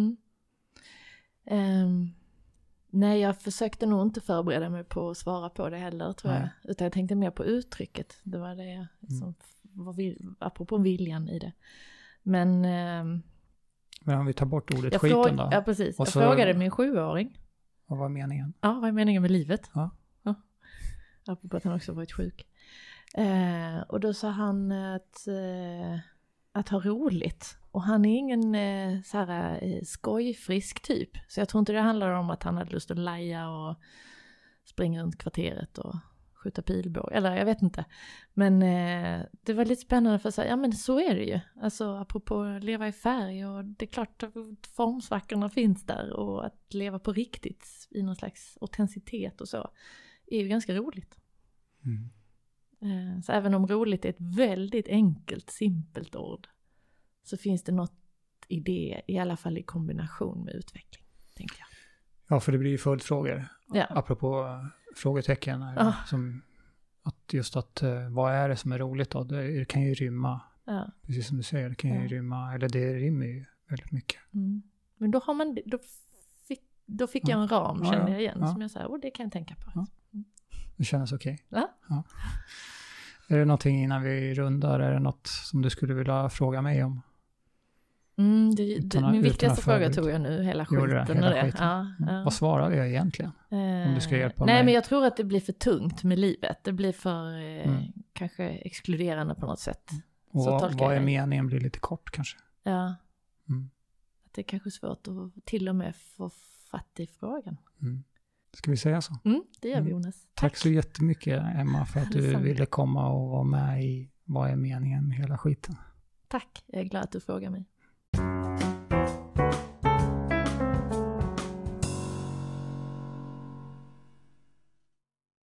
Nej, jag försökte nog inte förbereda mig på att svara på det heller, tror jag. Utan jag tänkte mer på uttrycket. Det var det som var apropå viljan i det. Men om vi tar bort ordet skiten då? Ja, precis. Jag frågade min 7-åring. Och vad är meningen? Ja, vad är meningen med livet? Ja. Apropå att han också varit sjuk. Och då sa han att ha roligt. Och han är ingen så här skojfrisk typ. Så jag tror inte det handlar om att han hade lust att laja och springa runt kvarteret och skjuta pilbåge. Eller jag vet inte. Men det var lite spännande för att säga, ja men så är det ju. Alltså apropå att leva i färg, och det är klart att formsvackorna finns där. Och att leva på riktigt i någon slags autenticitet och så är ju ganska roligt. Så även om roligt är ett väldigt enkelt, simpelt ord, så finns det något i det, i alla fall i kombination med utveckling, tänker jag. Ja, för det blir ju följdfrågor. Ja. Apropå frågetecken. Som att vad är det som är roligt då? Det kan ju rymma, precis som du säger, det kan ju rymma, eller det rymmer ju väldigt mycket. Men då har man, då fick jag en ram, kände jag igen, som jag sa, det kan jag tänka på. Det känns okej. Ja. Är det någonting innan vi rundar? Är det något som du skulle vilja fråga mig om? Min viktigaste fråga tog jag nu, hela skiten. Ja. Vad svarade jag egentligen? Om du ska hjälpa mig. Nej, men jag tror att det blir för tungt med livet. Det blir för kanske exkluderande på något sätt. Och vad är meningen blir lite kort kanske. Ja. Att det är kanske svårt att till och med få fatt i frågan. Ska vi säga så? Det gör vi, Jonas. Tack så jättemycket, Emma, för att du ville komma och vara med i vad är meningen med hela skiten. Tack, jag är glad att du frågar mig.